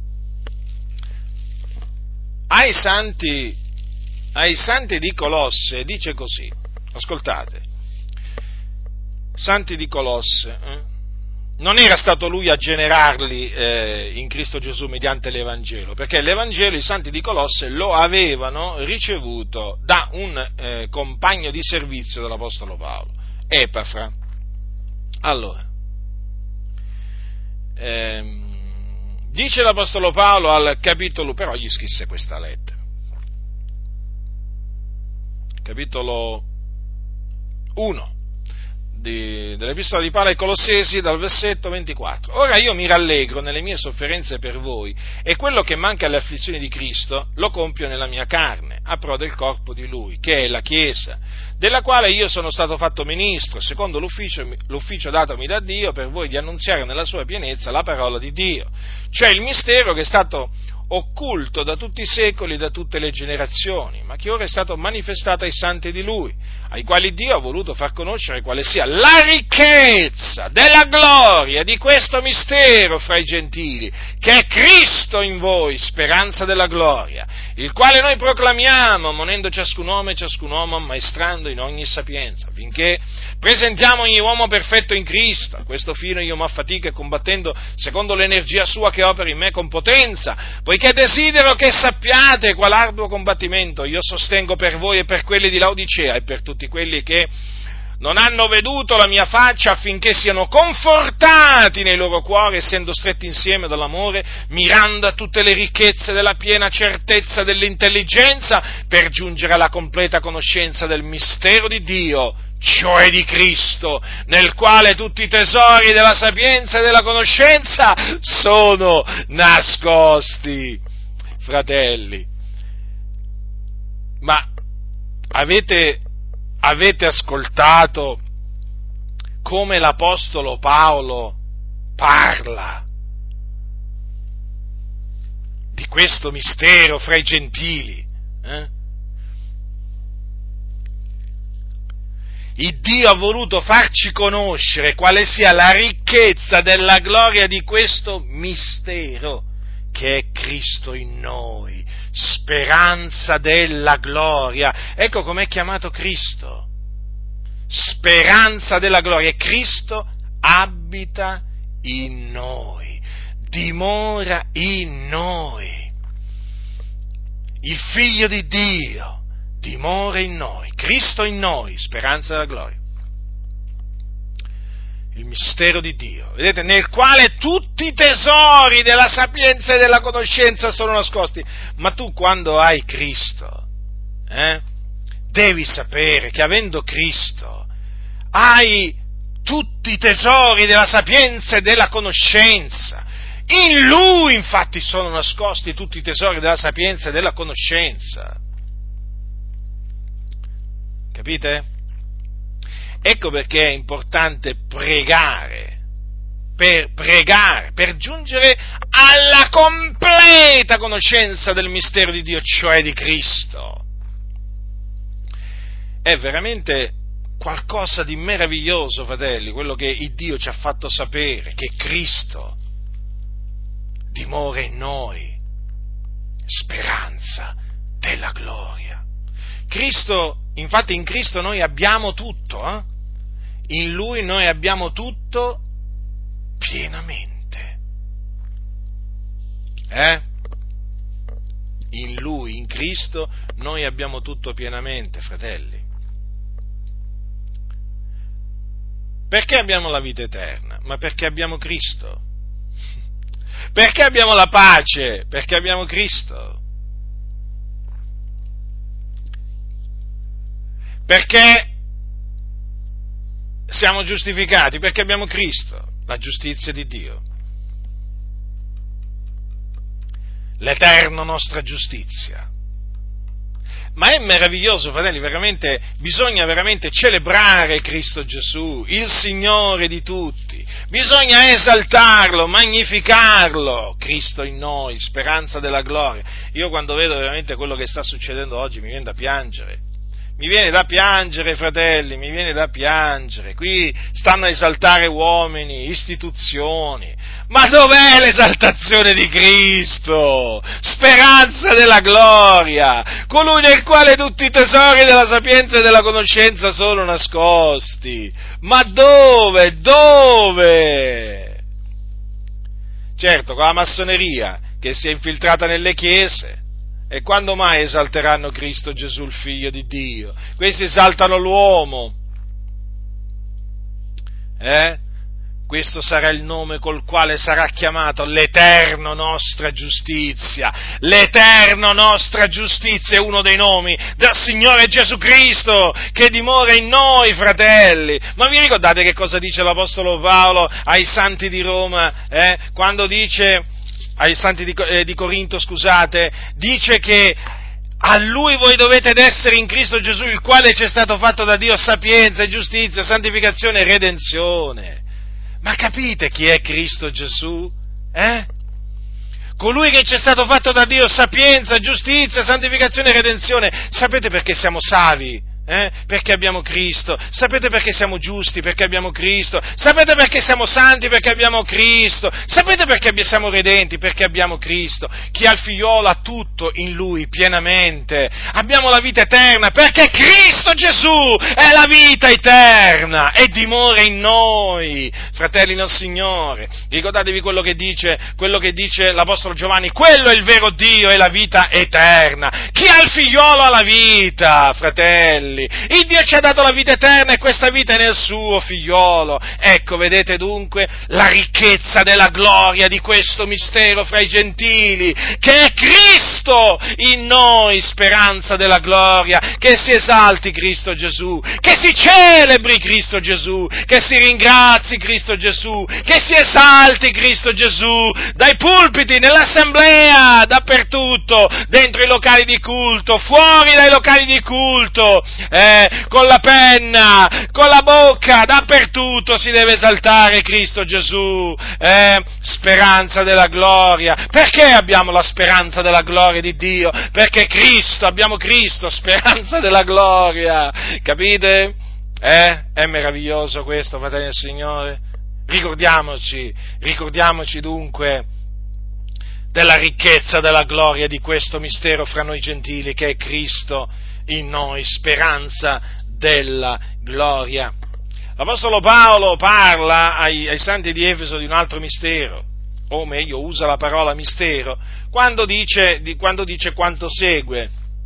ai santi, ai santi di Colosse dice così, ascoltate, santi di Colosse, eh, non era stato lui a generarli eh, in Cristo Gesù mediante l'Evangelo, perché l'Evangelo i santi di Colosse lo avevano ricevuto da un eh, compagno di servizio dell'Apostolo Paolo, Epafra. Allora, ehm, dice l'Apostolo Paolo al capitolo, però gli scrisse questa lettera, capitolo uno Di, dell'Epistola di Paolo ai Colossesi, dal versetto ventiquattro. Ora io mi rallegro nelle mie sofferenze per voi, e quello che manca alle afflizioni di Cristo lo compio nella mia carne, a pro del corpo di Lui, che è la Chiesa, della quale io sono stato fatto ministro, secondo l'ufficio, l'ufficio datomi da Dio per voi di annunziare nella sua pienezza la parola di Dio, cioè il mistero che è stato occulto da tutti i secoli e da tutte le generazioni, ma che ora è stato manifestato ai santi di Lui, ai quali Dio ha voluto far conoscere quale sia la ricchezza della gloria di questo mistero fra i gentili, che è Cristo in voi, speranza della gloria, il quale noi proclamiamo, monendo ciascun uomo e ciascun uomo ammaestrando in ogni sapienza, finché presentiamo ogni uomo perfetto in Cristo. A questo fine io mi affatico e combattendo secondo l'energia sua che opera in me con potenza, poiché desidero che sappiate qual arduo combattimento io sostengo per voi e per quelli di Laodicea e per tutti quelli che non hanno veduto la mia faccia, affinché siano confortati nei loro cuori, essendo stretti insieme dall'amore, mirando a tutte le ricchezze della piena certezza dell'intelligenza, per giungere alla completa conoscenza del mistero di Dio, cioè di Cristo, nel quale tutti i tesori della sapienza e della conoscenza sono nascosti. Fratelli, ma avete Avete ascoltato come l'Apostolo Paolo parla di questo mistero fra i gentili? Eh? Il Dio ha voluto farci conoscere quale sia la ricchezza della gloria di questo mistero, che è Cristo in noi, speranza della gloria. Ecco com'è chiamato Cristo, speranza della gloria, e Cristo abita in noi, dimora in noi, il Figlio di Dio dimora in noi, Cristo in noi, speranza della gloria. Il mistero di Dio, vedete, nel quale tutti i tesori della sapienza e della conoscenza sono nascosti. Ma tu, quando hai Cristo, eh, devi sapere che avendo Cristo hai tutti i tesori della sapienza e della conoscenza. In Lui, infatti, sono nascosti tutti i tesori della sapienza e della conoscenza. Capite? Ecco perché è importante pregare, per pregare, per giungere alla completa conoscenza del mistero di Dio, cioè di Cristo. È veramente qualcosa di meraviglioso, fratelli, quello che il Dio ci ha fatto sapere, che Cristo dimora in noi, speranza della gloria. Cristo, infatti in Cristo noi abbiamo tutto, eh? In Lui noi abbiamo tutto pienamente. Eh? In Lui, in Cristo, noi abbiamo tutto pienamente, fratelli. Perché abbiamo la vita eterna? Ma perché abbiamo Cristo. Perché abbiamo la pace? Perché abbiamo Cristo. Perché siamo giustificati? Perché abbiamo Cristo, la giustizia di Dio, l'eterna nostra giustizia. Ma è meraviglioso, fratelli, veramente, bisogna veramente celebrare Cristo Gesù, il Signore di tutti, bisogna esaltarlo, magnificarlo, Cristo in noi, speranza della gloria. Io quando vedo veramente quello che sta succedendo oggi mi viene da piangere. Mi viene da piangere, fratelli, mi viene da piangere. Qui stanno a esaltare uomini, istituzioni. Ma dov'è l'esaltazione di Cristo? Speranza della gloria, colui nel quale tutti i tesori della sapienza e della conoscenza sono nascosti. Ma dove? Dove? Certo, con la massoneria che si è infiltrata nelle chiese. E quando mai esalteranno Cristo Gesù, il Figlio di Dio? Questi esaltano l'uomo. Eh? Questo sarà il nome col quale sarà chiamato l'Eterno nostra giustizia. L'Eterno nostra giustizia è uno dei nomi del Signore Gesù Cristo che dimora in noi, fratelli. Ma vi ricordate che cosa dice l'Apostolo Paolo ai santi di Roma, eh? Quando dice... ai santi di, eh, di Corinto, scusate, dice che a Lui voi dovete essere in Cristo Gesù, il quale ci è stato fatto da Dio sapienza, giustizia, santificazione e redenzione. Ma capite chi è Cristo Gesù? Eh? Colui che ci è stato fatto da Dio sapienza, giustizia, santificazione e redenzione. Sapete perché siamo savi? Eh? Perché abbiamo Cristo. Sapete perché siamo giusti? Perché abbiamo Cristo. Sapete perché siamo santi? Perché abbiamo Cristo. Sapete perché siamo redenti? Perché abbiamo Cristo. Chi ha il figliolo ha tutto in Lui pienamente. Abbiamo la vita eterna perché Cristo Gesù è la vita eterna e dimora in noi, fratelli nel Signore. Ricordatevi quello che dice, quello che dice l'Apostolo Giovanni: quello è il vero Dio e la vita eterna. Chi ha il figliolo ha la vita, fratelli. Il Dio ci ha dato la vita eterna e questa vita è nel suo figliolo. Ecco, vedete dunque la ricchezza della gloria di questo mistero fra i gentili, che è Cristo in noi, speranza della gloria. Che si esalti Cristo Gesù, che si celebri Cristo Gesù, che si ringrazi Cristo Gesù, che si esalti Cristo Gesù dai pulpiti, nell'assemblea, dappertutto, dentro i locali di culto, fuori dai locali di culto. Eh, con la penna, con la bocca, dappertutto si deve esaltare Cristo Gesù, eh, speranza della gloria. Perché abbiamo la speranza della gloria di Dio? Perché Cristo, abbiamo Cristo, speranza della gloria, capite? Eh? È meraviglioso questo, fratelli del Signore? Ricordiamoci, ricordiamoci dunque della ricchezza della gloria di questo mistero fra noi gentili, che è Cristo in noi, speranza della gloria. L'Apostolo Paolo parla ai, ai santi di Efeso di un altro mistero, o meglio usa la parola mistero, quando dice, di, quando dice quanto segue.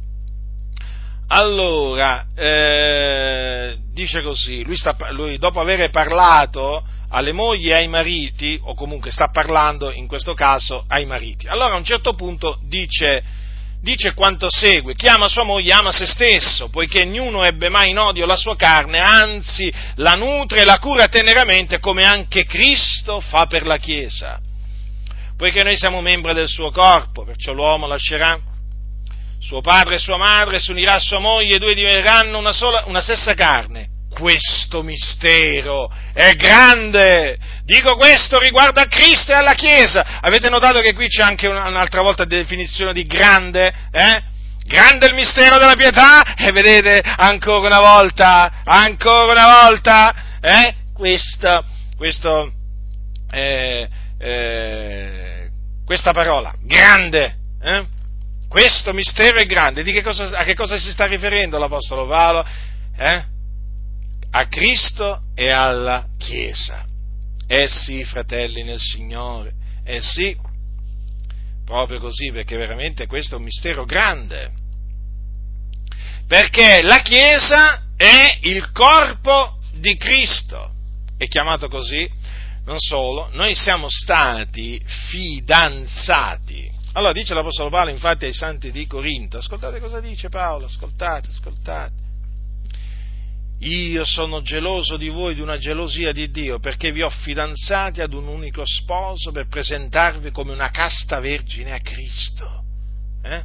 Allora, eh, dice così, lui, sta, lui dopo aver parlato alle mogli e ai mariti, o comunque sta parlando in questo caso ai mariti, allora a un certo punto dice, dice quanto segue: chiama sua moglie, ama se stesso, poiché ognuno ebbe mai in odio la sua carne, anzi la nutre e la cura teneramente, come anche Cristo fa per la Chiesa. Poiché noi siamo membri del suo corpo, perciò l'uomo lascerà suo padre e sua madre, si unirà a sua moglie, e due diventeranno una sola, una stessa carne. Questo mistero è grande. Dico, questo riguarda Cristo e alla Chiesa. Avete notato che qui c'è anche un'altra volta definizione di grande? Eh? Grande il mistero della pietà, e vedete, ancora una volta, ancora una volta, eh? Questo, questo, eh, eh, questa parola, grande, eh? Questo mistero è grande. Di che cosa, a che cosa si sta riferendo l'Apostolo Paolo? Eh? A Cristo e alla Chiesa. Eh sì, fratelli nel Signore, eh sì, proprio così, perché veramente questo è un mistero grande. Perché la Chiesa è il corpo di Cristo, è chiamato così. Non solo, noi siamo stati fidanzati. Allora dice l'Apostolo Paolo infatti ai santi di Corinto, ascoltate cosa dice Paolo, ascoltate, ascoltate. Io sono geloso di voi di una gelosia di Dio, perché vi ho fidanzati ad un unico sposo per presentarvi come una casta vergine a Cristo. Eh?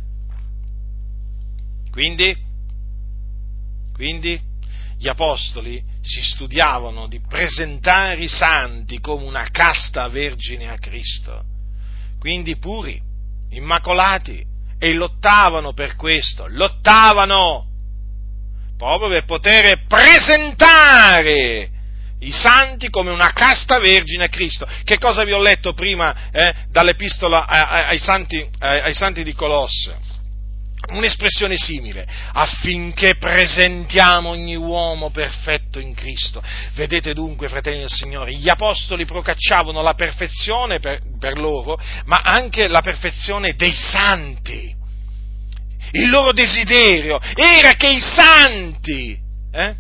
Quindi, quindi gli apostoli si studiavano di presentare i santi come una casta vergine a Cristo, quindi puri, immacolati, e lottavano per questo, lottavano proprio per poter presentare i santi come una casta vergine a Cristo. Che cosa vi ho letto prima eh, dall'epistola ai, ai, santi, ai, ai santi di Colosse? Un'espressione simile: affinché presentiamo ogni uomo perfetto in Cristo. Vedete dunque, fratelli del Signore, gli apostoli procacciavano la perfezione per, per loro, ma anche la perfezione dei santi. Il loro desiderio era che i santi eh,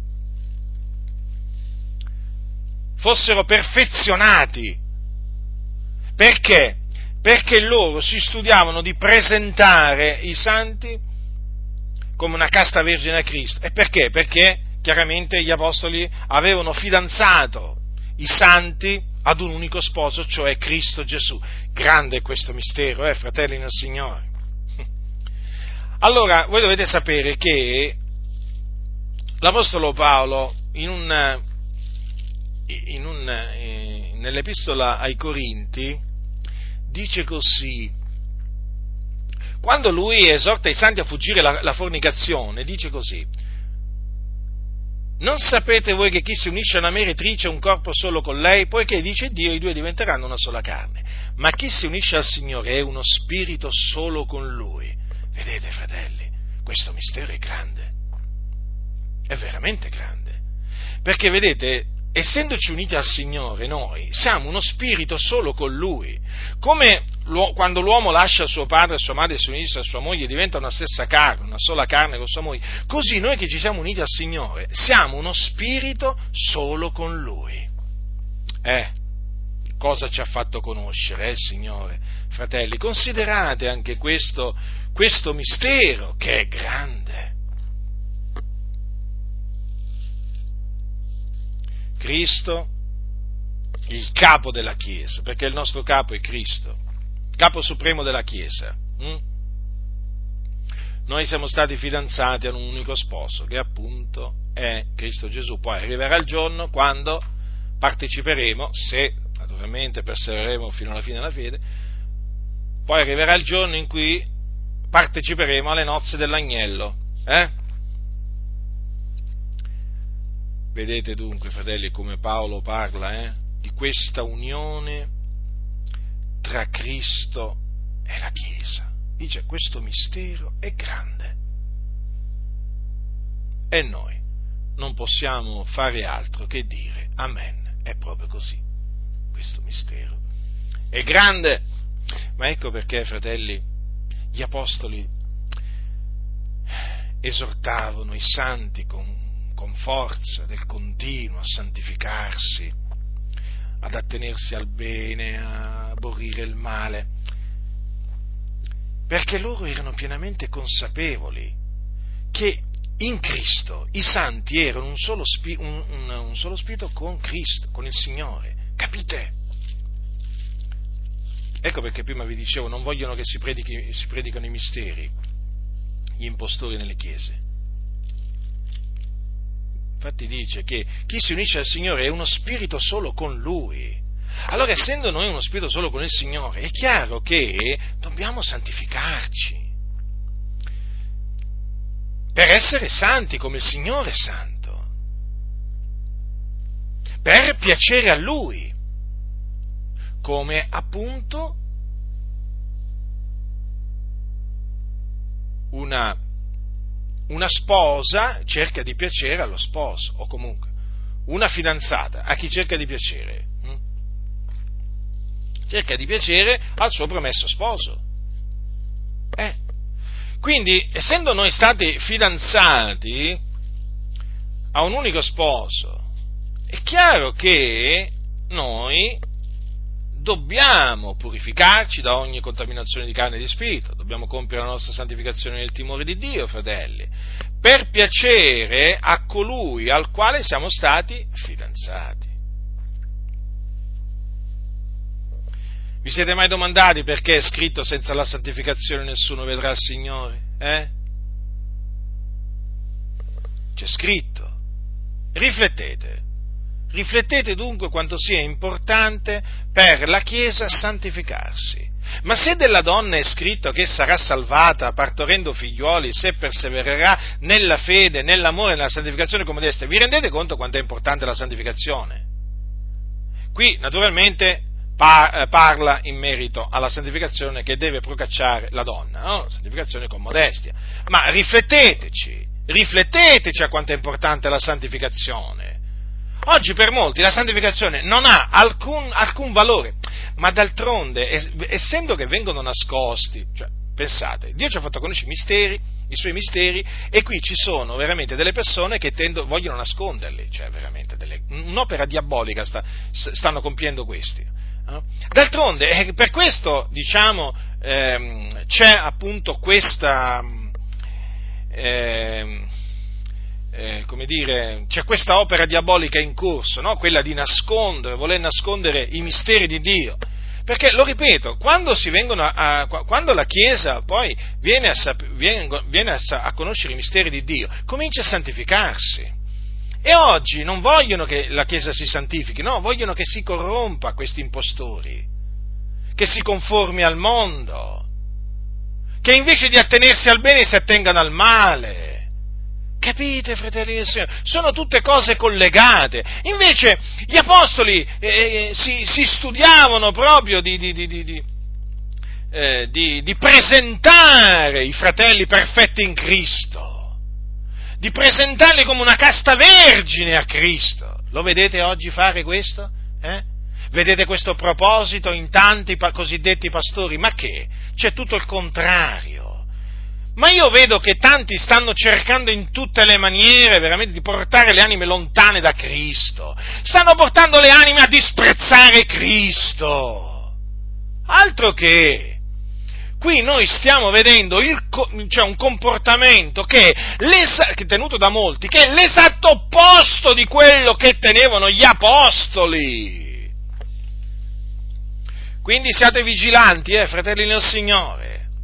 fossero perfezionati. Perché? Perché loro si studiavano di presentare i santi come una casta vergine a Cristo. E perché? Perché chiaramente gli apostoli avevano fidanzato i santi ad un unico sposo, cioè Cristo Gesù. Grande è questo mistero, eh, fratelli nel Signore. Allora, voi dovete sapere che l'apostolo Paolo in un, in un, eh, nell'epistola ai Corinti dice così: quando lui esorta i santi a fuggire la, la fornicazione, dice così: non sapete voi che chi si unisce a una meretrice è un corpo solo con lei, poiché dice Dio i due diventeranno una sola carne, ma chi si unisce al Signore è uno spirito solo con Lui. Vedete, fratelli, questo mistero è grande, è veramente grande, perché vedete, essendoci uniti al Signore, noi siamo uno spirito solo con Lui. Come quando l'uomo lascia suo padre e sua madre e si unisce a sua moglie, diventa una stessa carne, una sola carne con sua moglie, così noi che ci siamo uniti al Signore siamo uno spirito solo con Lui. Eh, cosa ci ha fatto conoscere eh, il Signore? Fratelli, considerate anche questo, questo mistero che è grande. Cristo, il capo della Chiesa, perché il nostro capo è Cristo, capo supremo della Chiesa. Hm? Noi siamo stati fidanzati ad un unico sposo, che appunto è Cristo Gesù. Poi arriverà il giorno quando parteciperemo, se naturalmente persevereremo fino alla fine della fede, poi arriverà il giorno in cui parteciperemo alle nozze dell'agnello. Eh? Vedete dunque, fratelli, come Paolo parla eh, di questa unione tra Cristo e la Chiesa. Dice: questo mistero è grande. E noi non possiamo fare altro che dire amen. È proprio così. Questo mistero è grande. Ma ecco perché, fratelli, gli apostoli esortavano i santi con con forza del continuo a santificarsi, ad attenersi al bene, a aborrire il male, perché loro erano pienamente consapevoli che in Cristo i santi erano un solo, spi- un, un, un solo spirito con Cristo, con il Signore, capite? Ecco perché prima vi dicevo, non vogliono che si, predichi, si predicano i misteri, gli impostori nelle chiese. Infatti dice che chi si unisce al Signore è uno spirito solo con Lui. Allora, essendo noi uno spirito solo con il Signore, è chiaro che dobbiamo santificarci per essere santi come il Signore è santo, per piacere a Lui, come appunto una Una sposa cerca di piacere allo sposo, o comunque una fidanzata a chi cerca di piacere? Hm? Cerca di piacere al suo promesso sposo. Eh. Quindi, essendo noi stati fidanzati a un unico sposo, è chiaro che noi dobbiamo purificarci da ogni contaminazione di carne e di spirito, dobbiamo compiere la nostra santificazione nel timore di Dio, fratelli, per piacere a colui al quale siamo stati fidanzati. Vi siete mai domandati perché è scritto: senza la santificazione nessuno vedrà il Signore? Eh? C'è scritto. Riflettete. Riflettete dunque quanto sia importante per la Chiesa santificarsi. Ma se della donna è scritto che sarà salvata partorendo figliuoli se persevererà nella fede, nell'amore e nella santificazione come deste, vi rendete conto quanto è importante la santificazione? Qui naturalmente parla in merito alla santificazione che deve procacciare la donna, no? Santificazione con modestia. Ma rifletteteci, rifletteteci a quanto è importante la santificazione. Oggi per molti la santificazione non ha alcun, alcun valore, ma d'altronde, essendo che vengono nascosti, cioè, pensate, Dio ci ha fatto conoscere i misteri, i suoi misteri, e qui ci sono veramente delle persone che tendono, vogliono nasconderli, cioè veramente delle, un'opera diabolica sta, stanno compiendo questi. No? D'altronde, per questo, diciamo, ehm, c'è appunto questa... Ehm, Eh, come dire, c'è questa opera diabolica in corso, no? Quella di nascondere, voler nascondere i misteri di Dio. Perché, lo ripeto, quando si vengono a, a quando la Chiesa poi viene, a, viene, viene a, a conoscere i misteri di Dio, comincia a santificarsi. E oggi non vogliono che la Chiesa si santifichi, no, vogliono che si corrompa questi impostori, che si conformi al mondo, che invece di attenersi al bene si attengano al male. Capite, fratelli del Signore? Sono tutte cose collegate. Invece gli apostoli eh, si, si studiavano proprio di, di, di, di, eh, di, di presentare i fratelli perfetti in Cristo, di presentarli come una casta vergine a Cristo. Lo vedete oggi fare questo? Eh? Vedete questo proposito in tanti pa- cosiddetti pastori? Ma che? C'è tutto il contrario. Ma io vedo che tanti stanno cercando in tutte le maniere veramente di portare le anime lontane da Cristo. Stanno portando le anime a disprezzare Cristo. Altro che. Qui noi stiamo vedendo il, cioè un comportamento che è tenuto da molti, che è l'esatto opposto di quello che tenevano gli apostoli. Quindi siate vigilanti, eh, fratelli nel Signore.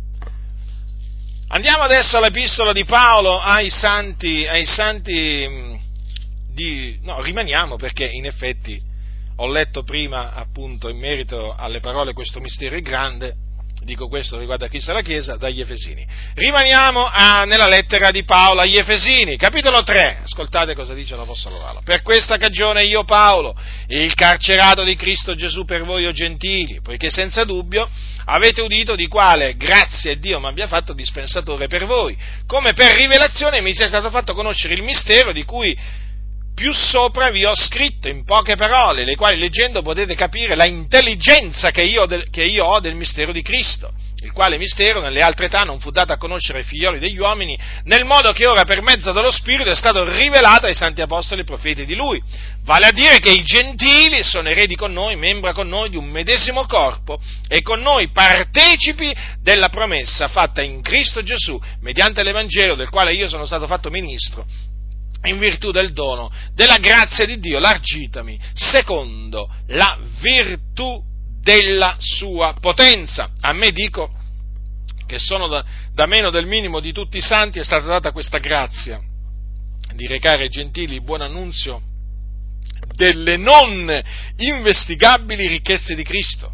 Andiamo adesso all'epistola di Paolo ai santi, ai santi di, no, rimaniamo perché in effetti ho letto prima appunto in merito alle parole questo mistero è grande, dico questo riguarda Cristo e la Chiesa, dagli Efesini. Rimaniamo a, nella lettera di Paolo agli Efesini, capitolo tre, ascoltate cosa dice l'Apostolo Paolo. Per questa cagione io Paolo, il carcerato di Cristo Gesù per voi o gentili, poiché senza dubbio avete udito di quale grazia Dio mi abbia fatto dispensatore per voi, come per rivelazione mi sia stato fatto conoscere il mistero di cui più sopra vi ho scritto in poche parole, le quali leggendo potete capire la intelligenza che io, del, che io ho del mistero di Cristo, il quale mistero nelle altre età non fu dato a conoscere ai figlioli degli uomini, nel modo che ora per mezzo dello Spirito è stato rivelato ai santi apostoli e profeti di Lui, vale a dire che i gentili sono eredi con noi, membra con noi di un medesimo corpo e con noi partecipi della promessa fatta in Cristo Gesù, mediante l'Evangelo del quale io sono stato fatto ministro, in virtù del dono della grazia di Dio largitami secondo la virtù della sua potenza. A me dico che sono da, da meno del minimo di tutti i santi è stata data questa grazia di recare ai gentili il buon annunzio delle non investigabili ricchezze di Cristo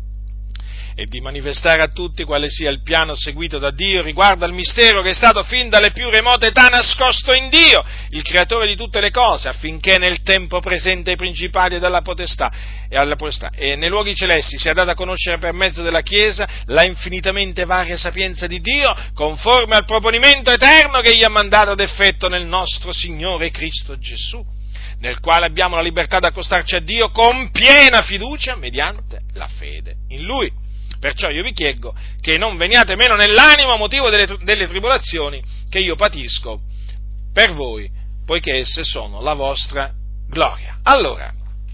e di manifestare a tutti quale sia il piano seguito da Dio riguardo al mistero che è stato fin dalle più remote età nascosto in Dio, il creatore di tutte le cose, affinché nel tempo presente ai principati della potestà e alla potestà e nei luoghi celesti sia data a conoscere per mezzo della Chiesa la infinitamente varia sapienza di Dio, conforme al proponimento eterno che egli ha mandato ad effetto nel nostro Signore Cristo Gesù, nel quale abbiamo la libertà di accostarci a Dio con piena fiducia mediante la fede in Lui. Perciò io vi chiedo che non veniate meno nell'animo a motivo delle, delle tribolazioni che io patisco per voi, poiché esse sono la vostra gloria. Allora,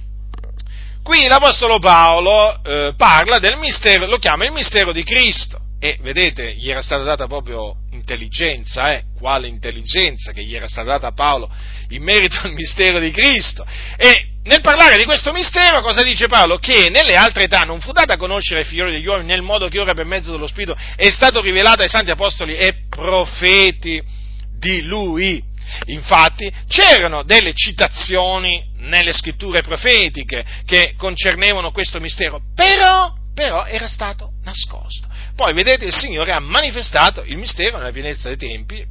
qui l'Apostolo Paolo eh, parla del mistero, lo chiama il mistero di Cristo, e vedete, gli era stata data proprio intelligenza, eh? Quale intelligenza che gli era stata data a Paolo in merito al mistero di Cristo. E nel parlare di questo mistero, cosa dice Paolo? Che nelle altre età non fu data a conoscere ai figlioli degli uomini nel modo che ora per mezzo dello Spirito è stato rivelato ai santi apostoli e profeti di Lui. Infatti c'erano delle citazioni nelle scritture profetiche che concernevano questo mistero, però, però era stato nascosto. Poi vedete, il Signore ha manifestato il mistero nella pienezza dei tempi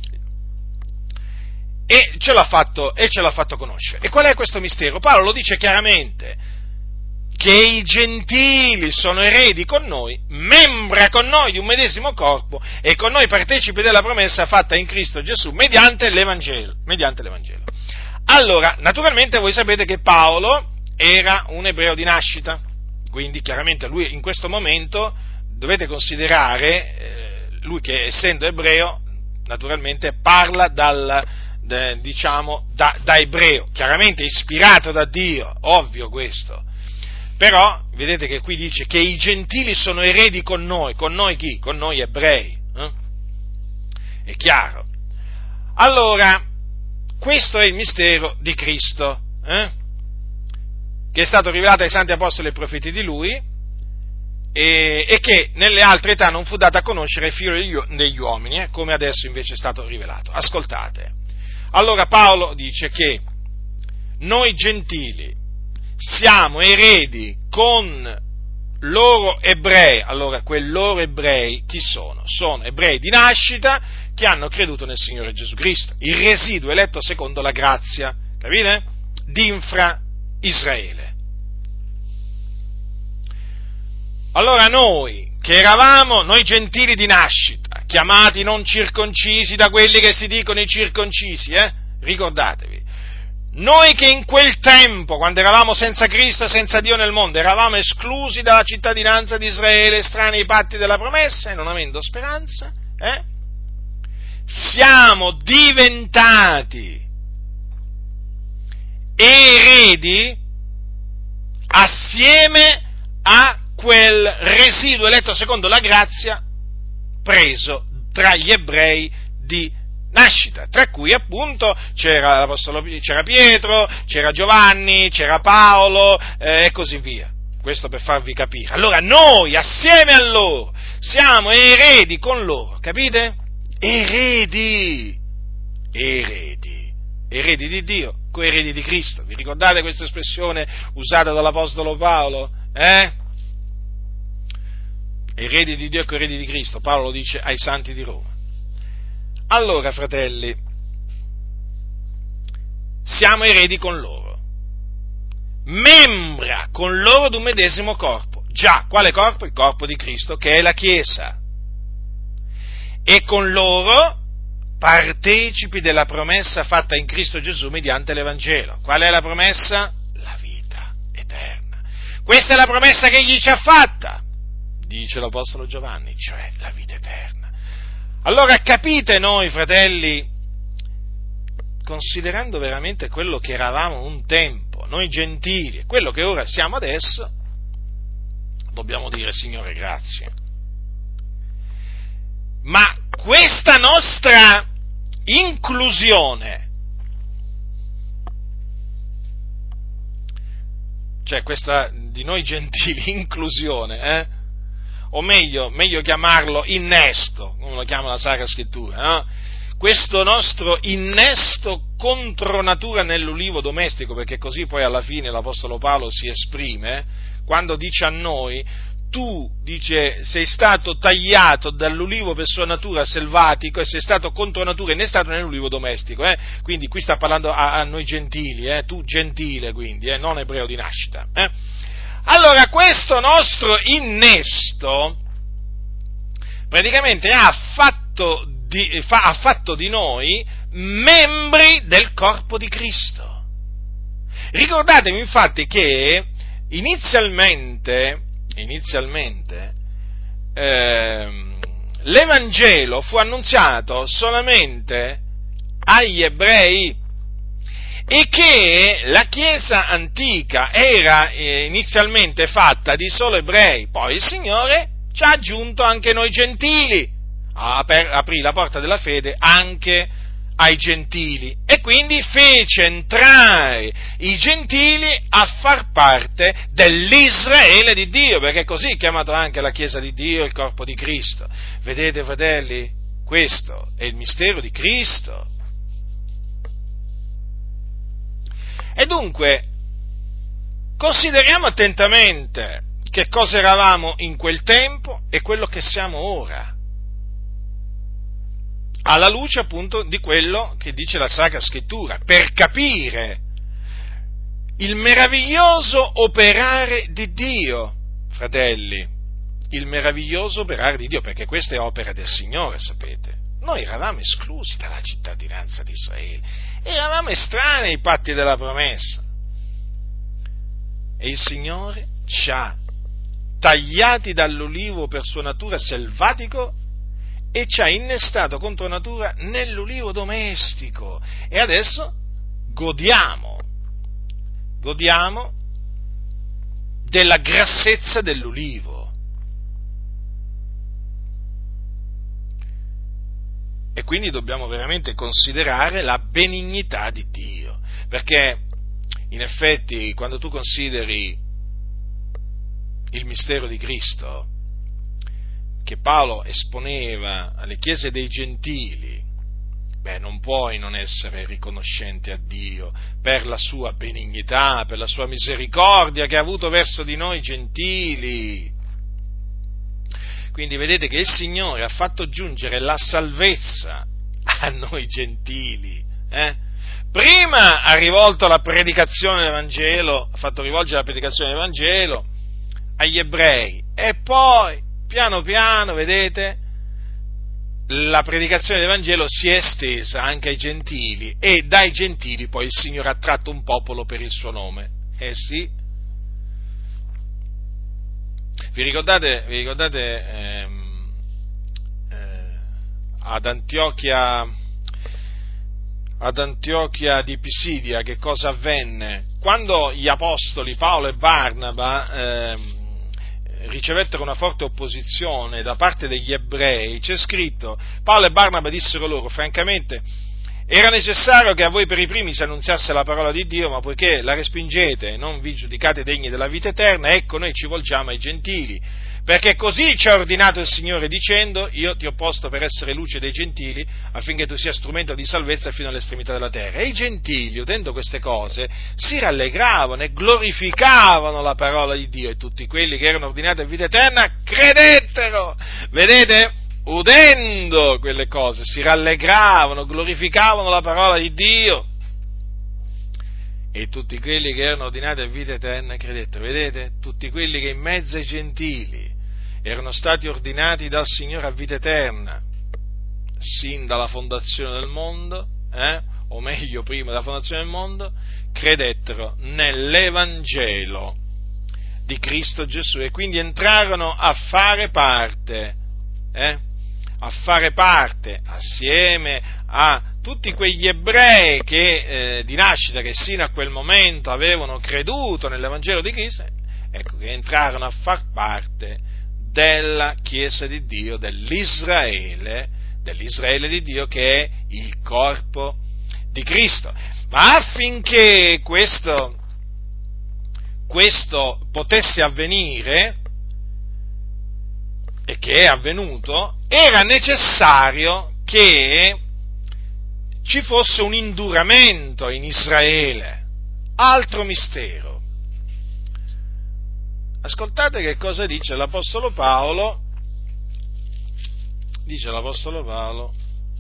e ce l'ha fatto, e ce l'ha fatto conoscere. E qual è questo mistero? Paolo lo dice chiaramente, che i gentili sono eredi con noi, membra con noi di un medesimo corpo e con noi partecipi della promessa fatta in Cristo Gesù mediante l'Evangelo. Mediante l'Evangelo. Allora, naturalmente voi sapete che Paolo era un ebreo di nascita, quindi chiaramente lui in questo momento dovete considerare, eh, lui che essendo ebreo, naturalmente parla dal, de, diciamo, da, da ebreo, chiaramente ispirato da Dio, ovvio questo. Però, vedete che qui dice che i gentili sono eredi con noi, con noi chi? Con noi ebrei, eh? È chiaro. Allora, questo è il mistero di Cristo, eh? Che è stato rivelato ai santi apostoli e profeti di Lui, e, e che nelle altre età non fu dato a conoscere ai figli degli uomini, eh? Come adesso invece è stato rivelato. Ascoltate. Allora Paolo dice che noi gentili siamo eredi con loro ebrei. Allora, quei loro ebrei chi sono? Sono ebrei di nascita che hanno creduto nel Signore Gesù Cristo, il residuo eletto secondo la grazia, capite? D'infra Israele. Allora noi, che eravamo, noi gentili di nascita, chiamati non circoncisi da quelli che si dicono i circoncisi, eh? Ricordatevi. Noi che in quel tempo, quando eravamo senza Cristo, senza Dio nel mondo, eravamo esclusi dalla cittadinanza di Israele, estranei ai patti della promessa e non avendo speranza, eh? Siamo diventati eredi assieme a quel residuo eletto secondo la grazia preso tra gli ebrei di nascita, tra cui appunto c'era l'Apostolo, c'era Pietro, c'era Giovanni, c'era Paolo eh, e così via. Questo per farvi capire. Allora noi assieme a loro siamo eredi con loro, capite? Eredi, eredi, eredi di Dio, coeredi di Cristo. Vi ricordate questa espressione usata dall'Apostolo Paolo? Eh? Eredi di Dio e coeredi di Cristo. Paolo lo dice ai santi di Roma. Allora, fratelli, siamo eredi con loro, membra con loro d'un medesimo corpo. Già, quale corpo? Il corpo di Cristo, che è la Chiesa. E con loro partecipi della promessa fatta in Cristo Gesù mediante l'Evangelo. Qual è la promessa? La vita eterna. Questa è la promessa che egli ci ha fatta, dice l'Apostolo Giovanni, cioè la vita eterna. Allora capite noi, fratelli, considerando veramente quello che eravamo un tempo, noi gentili, e quello che ora siamo adesso, dobbiamo dire Signore grazie. Ma questa nostra inclusione, cioè questa di noi gentili inclusione, eh? o meglio, meglio chiamarlo innesto, come lo chiama la Sacra Scrittura, no? Questo nostro innesto contro natura nell'ulivo domestico, perché così poi alla fine l'Apostolo Paolo si esprime, quando dice a noi, tu, dice, sei stato tagliato dall'ulivo per sua natura selvatico e sei stato contro natura innestato nell'ulivo domestico, eh? Quindi qui sta parlando a, a noi gentili, eh? Tu gentile quindi, eh? Non ebreo di nascita, eh? Allora, questo nostro innesto praticamente ha fatto, di, fa, ha fatto di noi membri del corpo di Cristo. Ricordatevi infatti che inizialmente, inizialmente eh, l'Evangelo fu annunziato solamente agli ebrei, e che la Chiesa antica era eh, inizialmente fatta di solo ebrei, poi il Signore ci ha aggiunto anche noi gentili, aper, aprì la porta della fede anche ai gentili, e quindi fece entrare i gentili a far parte dell'Israele di Dio, perché così è chiamato anche la Chiesa di Dio, il corpo di Cristo. Vedete, fratelli, questo è il mistero di Cristo. E dunque, consideriamo attentamente che cosa eravamo in quel tempo e quello che siamo ora, alla luce appunto di quello che dice la Sacra Scrittura, per capire il meraviglioso operare di Dio, fratelli, il meraviglioso operare di Dio, perché questa è opera del Signore, sapete. Noi eravamo esclusi dalla cittadinanza di Israele, eravamo estranei ai patti della promessa, e il Signore ci ha tagliati dall'olivo per sua natura selvatico e ci ha innestato contro natura nell'olivo domestico, e adesso godiamo, godiamo della grassezza dell'olivo. E quindi dobbiamo veramente considerare la benignità di Dio, perché in effetti quando tu consideri il mistero di Cristo, che Paolo esponeva alle chiese dei gentili, beh, non puoi non essere riconoscente a Dio per la sua benignità, per la sua misericordia che ha avuto verso di noi gentili. Quindi vedete che il Signore ha fatto giungere la salvezza a noi gentili. Eh? Prima ha rivolto la predicazione dell'Evangelo, ha fatto rivolgere la predicazione dell'Evangelo agli ebrei, e poi piano piano, vedete, la predicazione dell'Evangelo si è estesa anche ai gentili, e dai gentili poi il Signore ha tratto un popolo per il suo nome. Eh sì. Vi ricordate, vi ricordate ehm, eh, ad Antiochia, ad Antiochia di Pisidia che cosa avvenne? Quando gli apostoli Paolo e Barnaba ehm, ricevettero una forte opposizione da parte degli ebrei, c'è scritto, Paolo e Barnaba dissero loro, francamente, era necessario che a voi per i primi si annunziasse la parola di Dio, ma poiché la respingete e non vi giudicate degni della vita eterna, ecco noi ci volgiamo ai gentili, perché così ci ha ordinato il Signore dicendo, io ti ho posto per essere luce dei gentili, affinché tu sia strumento di salvezza fino all'estremità della terra. E i gentili, udendo queste cose, si rallegravano e glorificavano la parola di Dio, e tutti quelli che erano ordinati a vita eterna credettero. Vedete? Udendo quelle cose si rallegravano, glorificavano la parola di Dio, e tutti quelli che erano ordinati a vita eterna credettero. Vedete? Tutti quelli che in mezzo ai gentili erano stati ordinati dal Signore a vita eterna sin dalla fondazione del mondo, eh? o meglio prima della fondazione del mondo, credettero nell'Evangelo di Cristo Gesù, e quindi entrarono a fare parte eh? a fare parte assieme a tutti quegli ebrei che eh, di nascita, che sino a quel momento avevano creduto nell'Evangelo di Cristo, ecco che entrarono a far parte della Chiesa di Dio, dell'Israele, dell'Israele di Dio, che è il corpo di Cristo. Ma affinché questo, questo potesse avvenire, e che è avvenuto, era necessario che ci fosse un induramento in Israele, altro mistero. Ascoltate che cosa dice l'Apostolo Paolo, dice l'Apostolo Paolo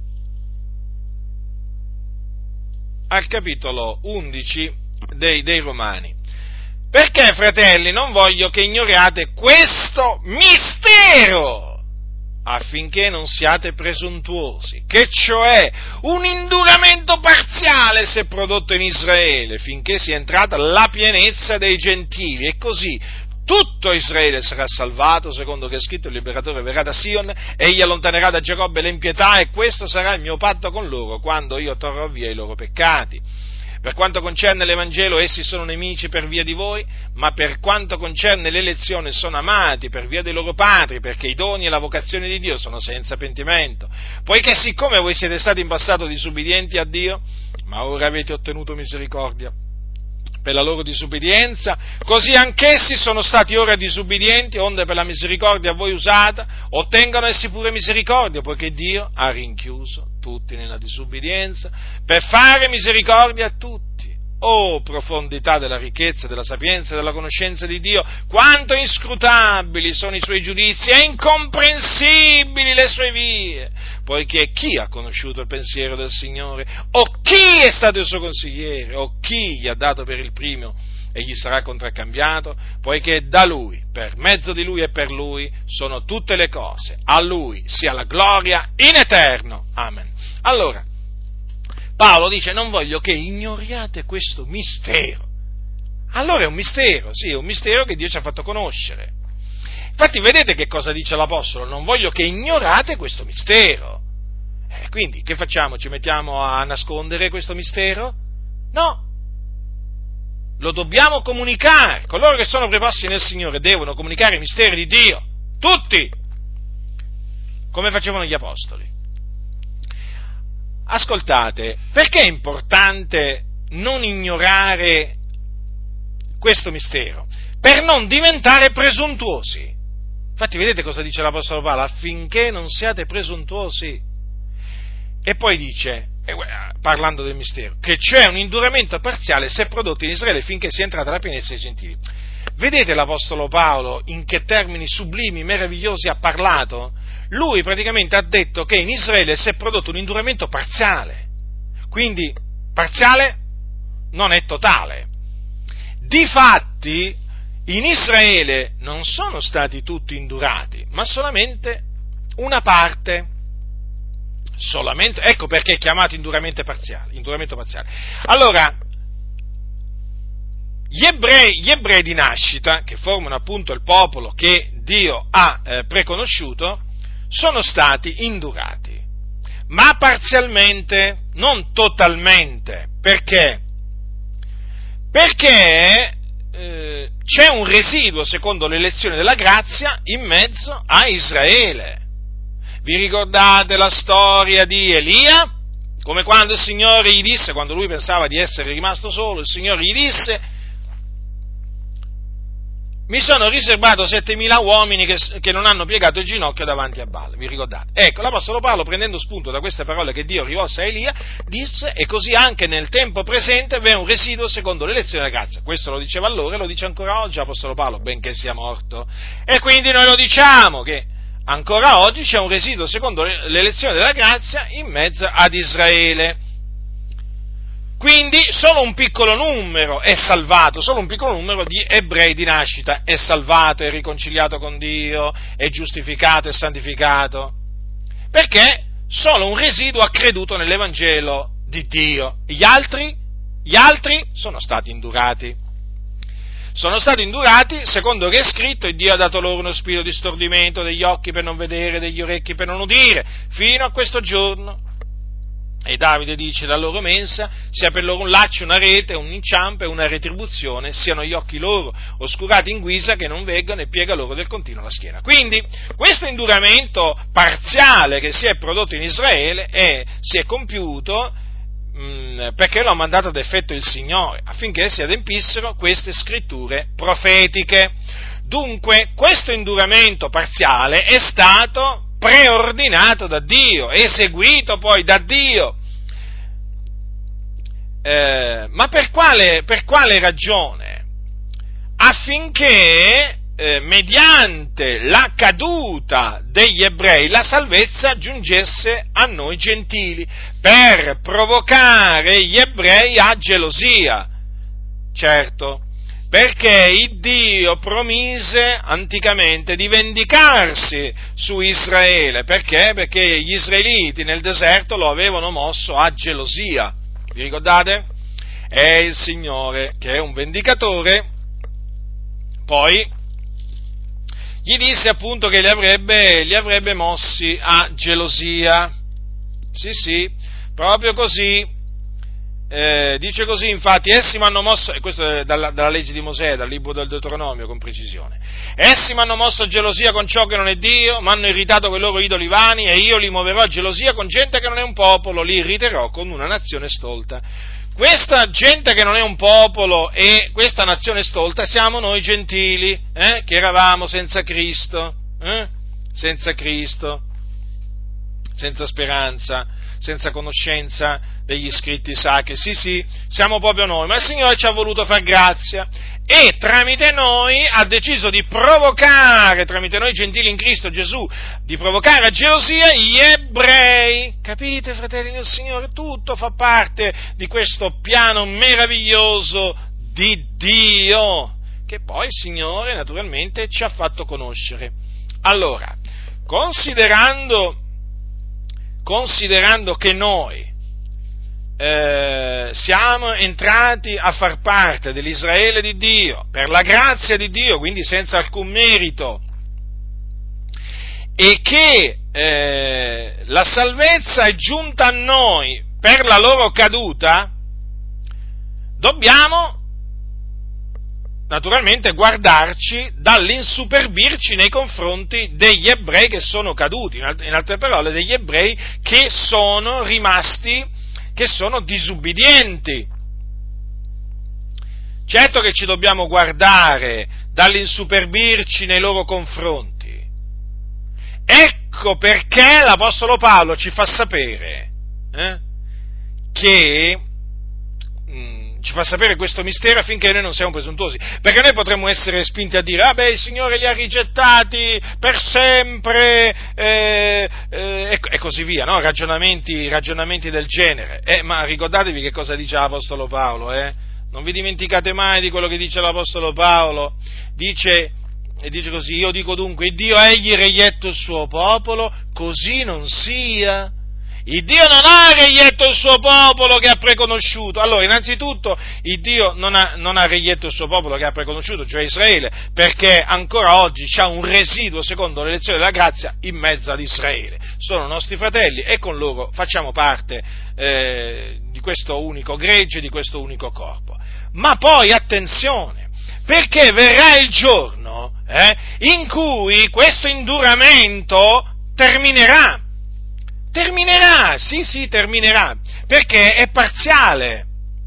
al capitolo undici dei, dei Romani. Perché, fratelli, non voglio che ignoriate questo mistero, affinché non siate presuntuosi, che cioè un induramento parziale si è prodotto in Israele, finché sia entrata la pienezza dei gentili, e così tutto Israele sarà salvato, secondo che è scritto: il liberatore verrà da Sion, egli allontanerà da Giacobbe le impietà, e questo sarà il mio patto con loro, quando io torrò via i loro peccati. Per quanto concerne l'Evangelo, essi sono nemici per via di voi, ma per quanto concerne l'elezione sono amati per via dei loro padri, perché i doni e la vocazione di Dio sono senza pentimento. Poiché siccome voi siete stati in passato disubbidienti a Dio, ma ora avete ottenuto misericordia per la loro disubbidienza, così anch'essi sono stati ora disubbidienti, onde per la misericordia a voi usata, ottengano essi pure misericordia, poiché Dio ha rinchiuso tutti nella disubbidienza, per fare misericordia a tutti. Oh, profondità della ricchezza, della sapienza e della conoscenza di Dio, quanto inscrutabili sono i suoi giudizi e incomprensibili le sue vie, poiché chi ha conosciuto il pensiero del Signore, o chi è stato il suo consigliere, o chi gli ha dato per il primo e gli sarà contraccambiato, poiché da Lui, per mezzo di Lui e per Lui, sono tutte le cose, a Lui sia la gloria in eterno. Amen. Allora, Paolo dice: non voglio che ignoriate questo mistero. Allora è un mistero, sì, è un mistero che Dio ci ha fatto conoscere. Infatti vedete che cosa dice l'Apostolo? Non voglio che ignorate questo mistero. Eh, quindi che facciamo? Ci mettiamo a nascondere questo mistero? No. Lo dobbiamo comunicare. Coloro che sono preposti nel Signore devono comunicare i misteri di Dio. Tutti. Come facevano gli Apostoli. Ascoltate, perché è importante non ignorare questo mistero? Per non diventare presuntuosi. Infatti vedete cosa dice l'Apostolo Paolo? Affinché non siate presuntuosi. E poi dice, parlando del mistero, che c'è un induramento parziale se prodotto in Israele finché sia entrata la pienezza dei gentili. Vedete l'Apostolo Paolo in che termini sublimi, meravigliosi ha parlato? Lui praticamente ha detto che in Israele si è prodotto un induramento parziale, quindi parziale non è totale. Difatti in Israele non sono stati tutti indurati, ma solamente una parte. Solamente, ecco perché è chiamato induramento parziale, induramento parziale. Allora, gli ebrei, gli ebrei di nascita, che formano appunto il popolo che Dio ha eh, preconosciuto, sono stati indurati, ma parzialmente, non totalmente. Perché? Perché eh, c'è un residuo, secondo l'elezione della grazia, in mezzo a Israele. Vi ricordate la storia di Elia? Come quando il Signore gli disse, quando lui pensava di essere rimasto solo, il Signore gli disse: mi sono riservato settemila uomini che, che non hanno piegato il ginocchio davanti a Baal. Vi ricordate? Ecco, l'Apostolo Paolo, prendendo spunto da queste parole che Dio rivolse a Elia, disse: e così anche nel tempo presente v'è un residuo secondo l'elezione della grazia. Questo lo diceva allora e lo dice ancora oggi l'Apostolo Paolo, benché sia morto. E quindi noi lo diciamo che ancora oggi c'è un residuo secondo l'elezione della grazia in mezzo ad Israele. Quindi solo un piccolo numero è salvato, solo un piccolo numero di ebrei di nascita è salvato, è riconciliato con Dio, è giustificato, è santificato, perché solo un residuo ha creduto nell'Evangelo di Dio. Gli altri, gli altri sono stati indurati. Sono stati indurati secondo che è scritto: e Dio ha dato loro uno spirito di stordimento, degli occhi per non vedere, degli orecchi per non udire, fino a questo giorno. E Davide dice: la loro mensa sia per loro un laccio, una rete, un inciampo e una retribuzione, siano gli occhi loro oscurati in guisa che non veggano e piega loro del continuo la schiena. Quindi questo induramento parziale che si è prodotto in Israele è, si è compiuto mh, perché lo ha mandato ad effetto il Signore, affinché si adempissero queste scritture profetiche. Dunque questo induramento parziale è stato preordinato da Dio, eseguito poi da Dio. Eh, ma per quale, per quale ragione? Affinché eh, mediante la caduta degli ebrei la salvezza giungesse a noi gentili, per provocare gli ebrei a gelosia. Certo, perché il Dio promise anticamente di vendicarsi su Israele. Perché? Perché gli israeliti nel deserto lo avevano mosso a gelosia. Vi ricordate? È il Signore che è un vendicatore. Poi gli disse appunto che li avrebbe, li avrebbe mossi a gelosia. Sì, sì, proprio così. Eh, dice così, infatti, essi mi hanno mosso, e questo è dalla, dalla legge di Mosè, dal libro del Deuteronomio con precisione, essi mi hanno mosso a gelosia con ciò che non è Dio, mi hanno irritato con i loro idoli vani, e io li muoverò a gelosia con gente che non è un popolo, li irriterò con una nazione stolta. Questa gente che non è un popolo e questa nazione stolta siamo noi gentili, eh, che eravamo senza Cristo, eh, senza Cristo, senza speranza, senza conoscenza degli scritti sacri. Sì, sì, siamo proprio noi, ma il Signore ci ha voluto far grazia e tramite noi ha deciso di provocare, tramite noi gentili in Cristo Gesù, di provocare a gelosia gli ebrei. Capite, fratelli del Signore? Tutto fa parte di questo piano meraviglioso di Dio, che poi il Signore naturalmente ci ha fatto conoscere. Allora, considerando, considerando che noi eh, siamo entrati a far parte dell'Israele di Dio, per la grazia di Dio, quindi senza alcun merito, e che eh, la salvezza è giunta a noi per la loro caduta, dobbiamo naturalmente guardarci dall'insuperbirci nei confronti degli ebrei che sono caduti, in altre parole degli ebrei che sono rimasti, che sono disubbidienti. Certo che ci dobbiamo guardare dall'insuperbirci nei loro confronti. Ecco perché l'Apostolo Paolo ci fa sapere eh, che ci fa sapere questo mistero affinché noi non siamo presuntuosi, perché noi potremmo essere spinti a dire, ah beh, il Signore li ha rigettati per sempre, eh, eh, e così via, no? Ragionamenti, ragionamenti del genere, eh, ma ricordatevi che cosa dice l'Apostolo Paolo, eh? Non vi dimenticate mai di quello che dice l'Apostolo Paolo, dice, e dice così, io dico dunque, Dio egli reietto il suo popolo, così non sia. Il Dio non ha reietto il suo popolo che ha preconosciuto. Allora, innanzitutto, il Dio non ha, non ha reietto il suo popolo che ha preconosciuto, cioè Israele, perché ancora oggi c'è un residuo, secondo l'elezione della grazia, in mezzo ad Israele. Sono nostri fratelli e con loro facciamo parte eh, di questo unico gregge, di questo unico corpo. Ma poi, attenzione, perché verrà il giorno eh, in cui questo induramento terminerà. Terminerà, sì, sì, terminerà, perché è parziale.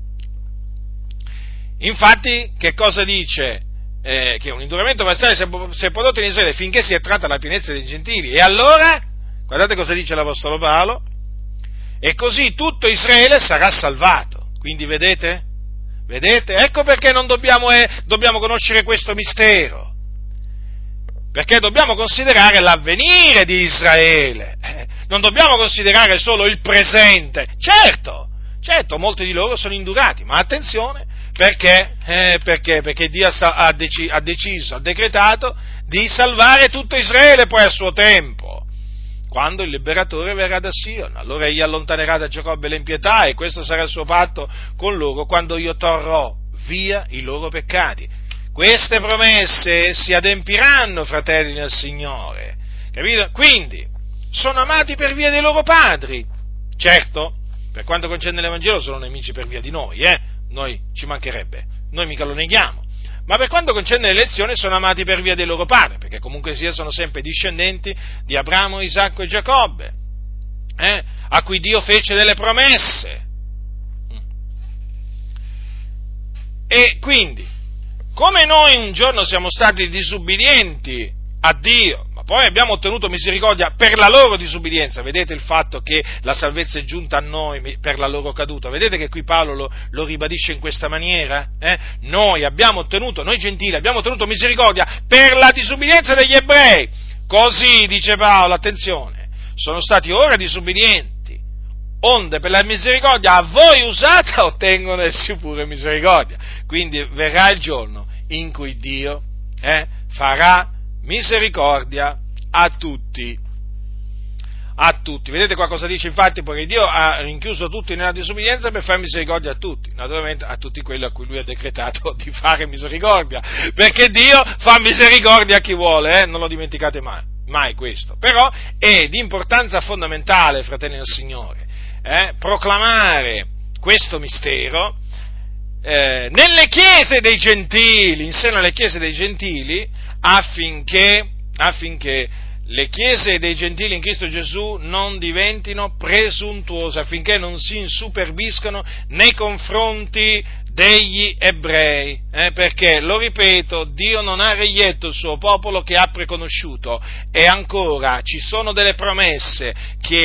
Infatti, che cosa dice? Eh, che un induramento parziale si è, si è prodotto in Israele finché si è tratta la pienezza dei gentili. E allora, guardate cosa dice l'Apostolo Paolo, e così tutto Israele sarà salvato. Quindi vedete? Vedete? Ecco perché non dobbiamo, eh, dobbiamo conoscere questo mistero. Perché dobbiamo considerare l'avvenire di Israele, eh, non dobbiamo considerare solo il presente. Certo, certo, molti di loro sono indurati, ma attenzione, perché? Eh, perché? Perché Dio ha, deci, ha deciso, ha decretato di salvare tutto Israele poi a suo tempo, quando il liberatore verrà da Sion. Allora egli allontanerà da Giacobbe l'impietà e questo sarà il suo patto con loro quando io torrò via i loro peccati. Queste promesse si adempiranno, fratelli nel Signore, capito? Quindi, sono amati per via dei loro padri. Certo, per quanto concerne l'Evangelo sono nemici per via di noi, eh? Noi ci mancherebbe, noi mica lo neghiamo. Ma per quanto concerne l'elezione sono amati per via dei loro padri, perché comunque sia sono sempre discendenti di Abramo, Isacco e Giacobbe, eh? A cui Dio fece delle promesse. E quindi, come noi un giorno siamo stati disubbidienti a Dio, ma poi abbiamo ottenuto misericordia per la loro disubbidienza, vedete il fatto che la salvezza è giunta a noi per la loro caduta, vedete che qui Paolo lo, lo ribadisce in questa maniera? Eh? Noi abbiamo ottenuto, noi gentili, abbiamo ottenuto misericordia per la disubbidienza degli ebrei, così dice Paolo, attenzione, sono stati ora disubbidienti, onde per la misericordia a voi usata ottengono essi pure misericordia. Quindi verrà il giorno in cui Dio eh, farà misericordia a tutti. A tutti. Vedete qua cosa dice? Infatti, perché Dio ha rinchiuso tutti nella disubbidienza per fare misericordia a tutti. Naturalmente a tutti quelli a cui Lui ha decretato di fare misericordia. Perché Dio fa misericordia a chi vuole, eh? Non lo dimenticate mai, mai questo. Però è di importanza fondamentale, fratelli del Signore, eh, proclamare questo mistero eh, nelle chiese dei gentili, in seno alle chiese dei gentili, affinché, affinché le chiese dei gentili in Cristo Gesù non diventino presuntuose, affinché non si insuperbiscano nei confronti degli ebrei, eh, perché, lo ripeto, Dio non ha reietto il suo popolo che ha preconosciuto, e ancora ci sono delle promesse che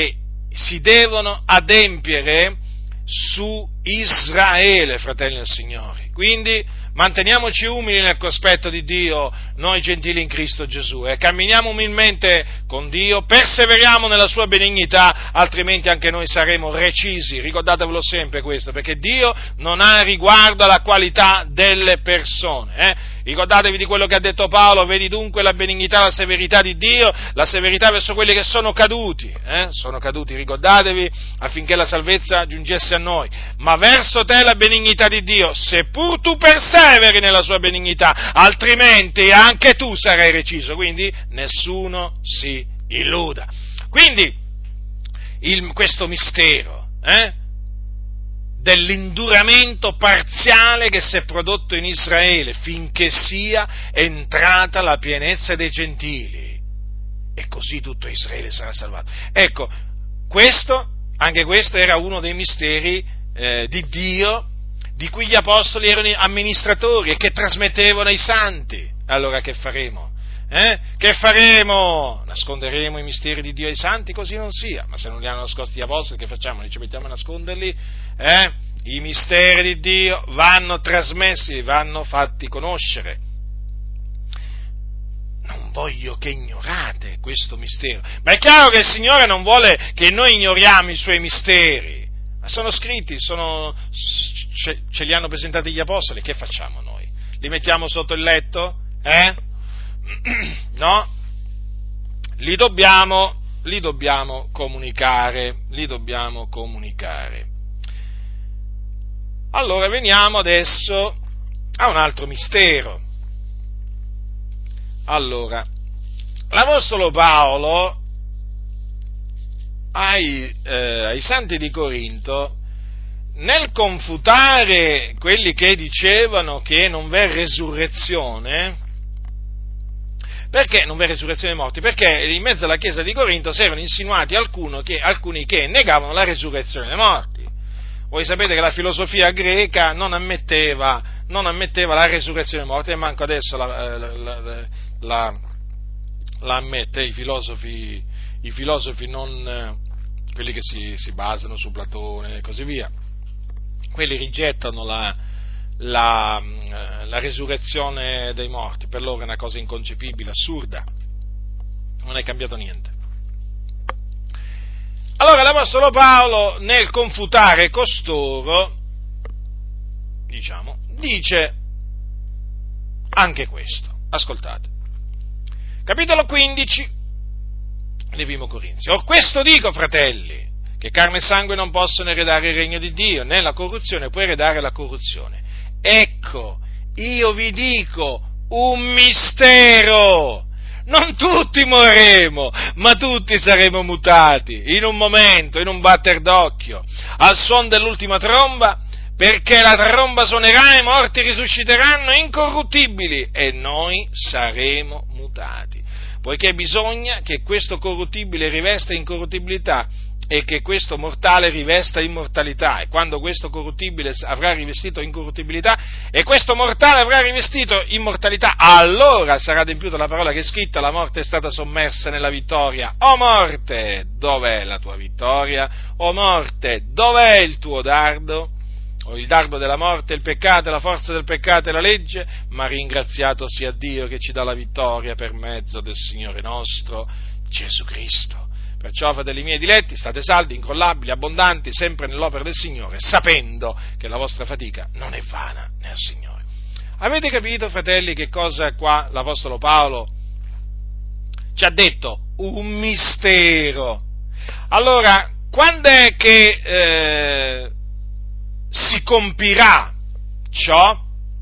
si devono adempiere su Israele, fratelli del Signore. Quindi manteniamoci umili nel cospetto di Dio, noi gentili in Cristo Gesù, e camminiamo umilmente con Dio, perseveriamo nella sua benignità, altrimenti anche noi saremo recisi. Ricordatevelo sempre questo, perché Dio non ha riguardo alla qualità delle persone. Eh? Ricordatevi di quello che ha detto Paolo: vedi dunque la benignità, la severità di Dio, la severità verso quelli che sono caduti, eh? sono caduti, ricordatevi, affinché la salvezza giungesse a noi, ma verso te la benignità di Dio, seppur tu perseveri nella sua benignità, altrimenti anche tu sarai reciso. Quindi nessuno si illuda. Quindi il, questo mistero eh, dell'induramento parziale che si è prodotto in Israele finché sia entrata la pienezza dei gentili, e così tutto Israele sarà salvato. Ecco, questo, anche questo era uno dei misteri eh, di Dio, di cui gli apostoli erano amministratori e che trasmettevano ai santi. Allora che faremo? Eh? Che faremo? Nasconderemo i misteri di Dio ai santi? Così non sia. Ma se non li hanno nascosti gli apostoli, che facciamo? Li ci mettiamo a nasconderli? Eh? I misteri di Dio vanno trasmessi, vanno fatti conoscere. Non voglio che ignorate questo mistero, ma è chiaro che il Signore non vuole che noi ignoriamo i Suoi misteri. Ma sono scritti, sono, ce, ce li hanno presentati gli apostoli, che facciamo noi? Li mettiamo sotto il letto? Eh? No? Li dobbiamo, li dobbiamo comunicare, li dobbiamo comunicare. Allora veniamo adesso a un altro mistero. Allora, l'Apostolo Paolo Ai, eh, ai santi di Corinto, nel confutare quelli che dicevano che non v'è resurrezione, perché non v'è resurrezione dei morti? Perché in mezzo alla chiesa di Corinto si erano insinuati alcuno che, alcuni che negavano la resurrezione dei morti. Voi sapete che la filosofia greca non ammetteva, non ammetteva la resurrezione dei morti, e manco adesso la, la, la, la, la ammette. I filosofi I filosofi non, quelli che si, si basano su Platone e così via, quelli rigettano la, la, la resurrezione dei morti. Per loro è una cosa inconcepibile, assurda, non è cambiato niente. Allora l'Apostolo Paolo, nel confutare costoro, diciamo, dice anche questo. Ascoltate, capitolo quindici di Primo Corinzi. Or questo dico, fratelli, che carne e sangue non possono eredare il regno di Dio, né la corruzione può eredare la corruzione. Ecco, io vi dico un mistero: non tutti morremo, ma tutti saremo mutati, in un momento, in un batter d'occhio, al suon dell'ultima tromba, perché la tromba suonerà e i morti risusciteranno incorruttibili, e noi saremo mutati. Poiché bisogna che questo corruttibile rivesta incorruttibilità e che questo mortale rivesta immortalità, e quando questo corruttibile avrà rivestito incorruttibilità e questo mortale avrà rivestito immortalità, allora sarà adempiuta la parola che è scritta: la morte è stata sommersa nella vittoria. O morte, dov'è la tua vittoria? O morte, dov'è il tuo dardo? O il dardo della morte, il peccato, la forza del peccato e la legge, ma ringraziato sia Dio che ci dà la vittoria per mezzo del Signore nostro Gesù Cristo. Perciò, fratelli miei diletti, state saldi, incrollabili, abbondanti, sempre nell'opera del Signore, sapendo che la vostra fatica non è vana nel Signore. Avete capito, fratelli, che cosa qua l'Apostolo Paolo ci ha detto? Un mistero. Allora, quando è che eh, si compirà ciò?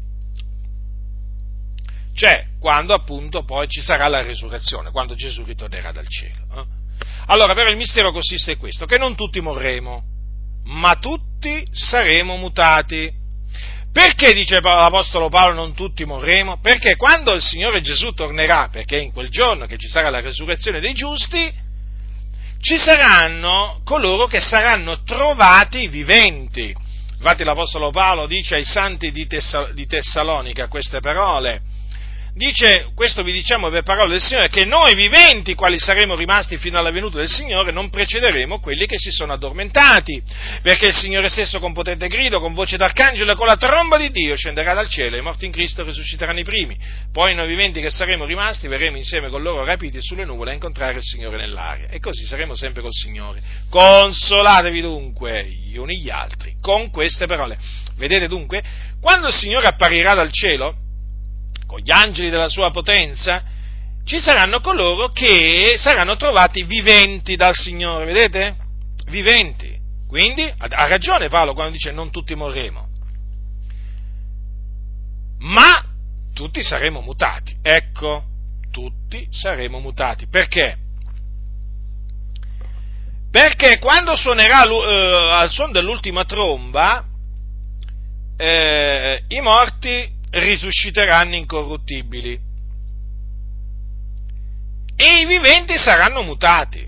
Cioè, quando appunto poi ci sarà la resurrezione, quando Gesù ritornerà dal cielo. Eh? Allora, però il mistero consiste in questo, che non tutti morremo, ma tutti saremo mutati. Perché dice l'Apostolo Paolo non tutti morremo? Perché quando il Signore Gesù tornerà, perché è in quel giorno che ci sarà la resurrezione dei giusti, ci saranno coloro che saranno trovati viventi. Infatti l'Apostolo Paolo dice ai santi di, Tessa, di Tessalonica queste parole: dice, questo vi diciamo per parola del Signore, che noi viventi, quali saremo rimasti fino alla venuta del Signore, non precederemo quelli che si sono addormentati, perché il Signore stesso con potente grido, con voce d'arcangelo e con la tromba di Dio scenderà dal cielo e i morti in Cristo risusciteranno i primi. Poi noi viventi che saremo rimasti verremo insieme con loro rapiti sulle nuvole a incontrare il Signore nell'aria, e così saremo sempre col Signore. Consolatevi dunque gli uni gli altri con queste parole. Vedete dunque, quando il Signore apparirà dal cielo con gli angeli della sua potenza, ci saranno coloro che saranno trovati viventi dal Signore, vedete? Viventi. Quindi ha ragione Paolo quando dice non tutti morremo, ma tutti saremo mutati. Ecco, tutti saremo mutati. Perché? Perché quando suonerà eh, al suono dell'ultima tromba, eh, i morti risusciteranno incorruttibili e i viventi saranno mutati.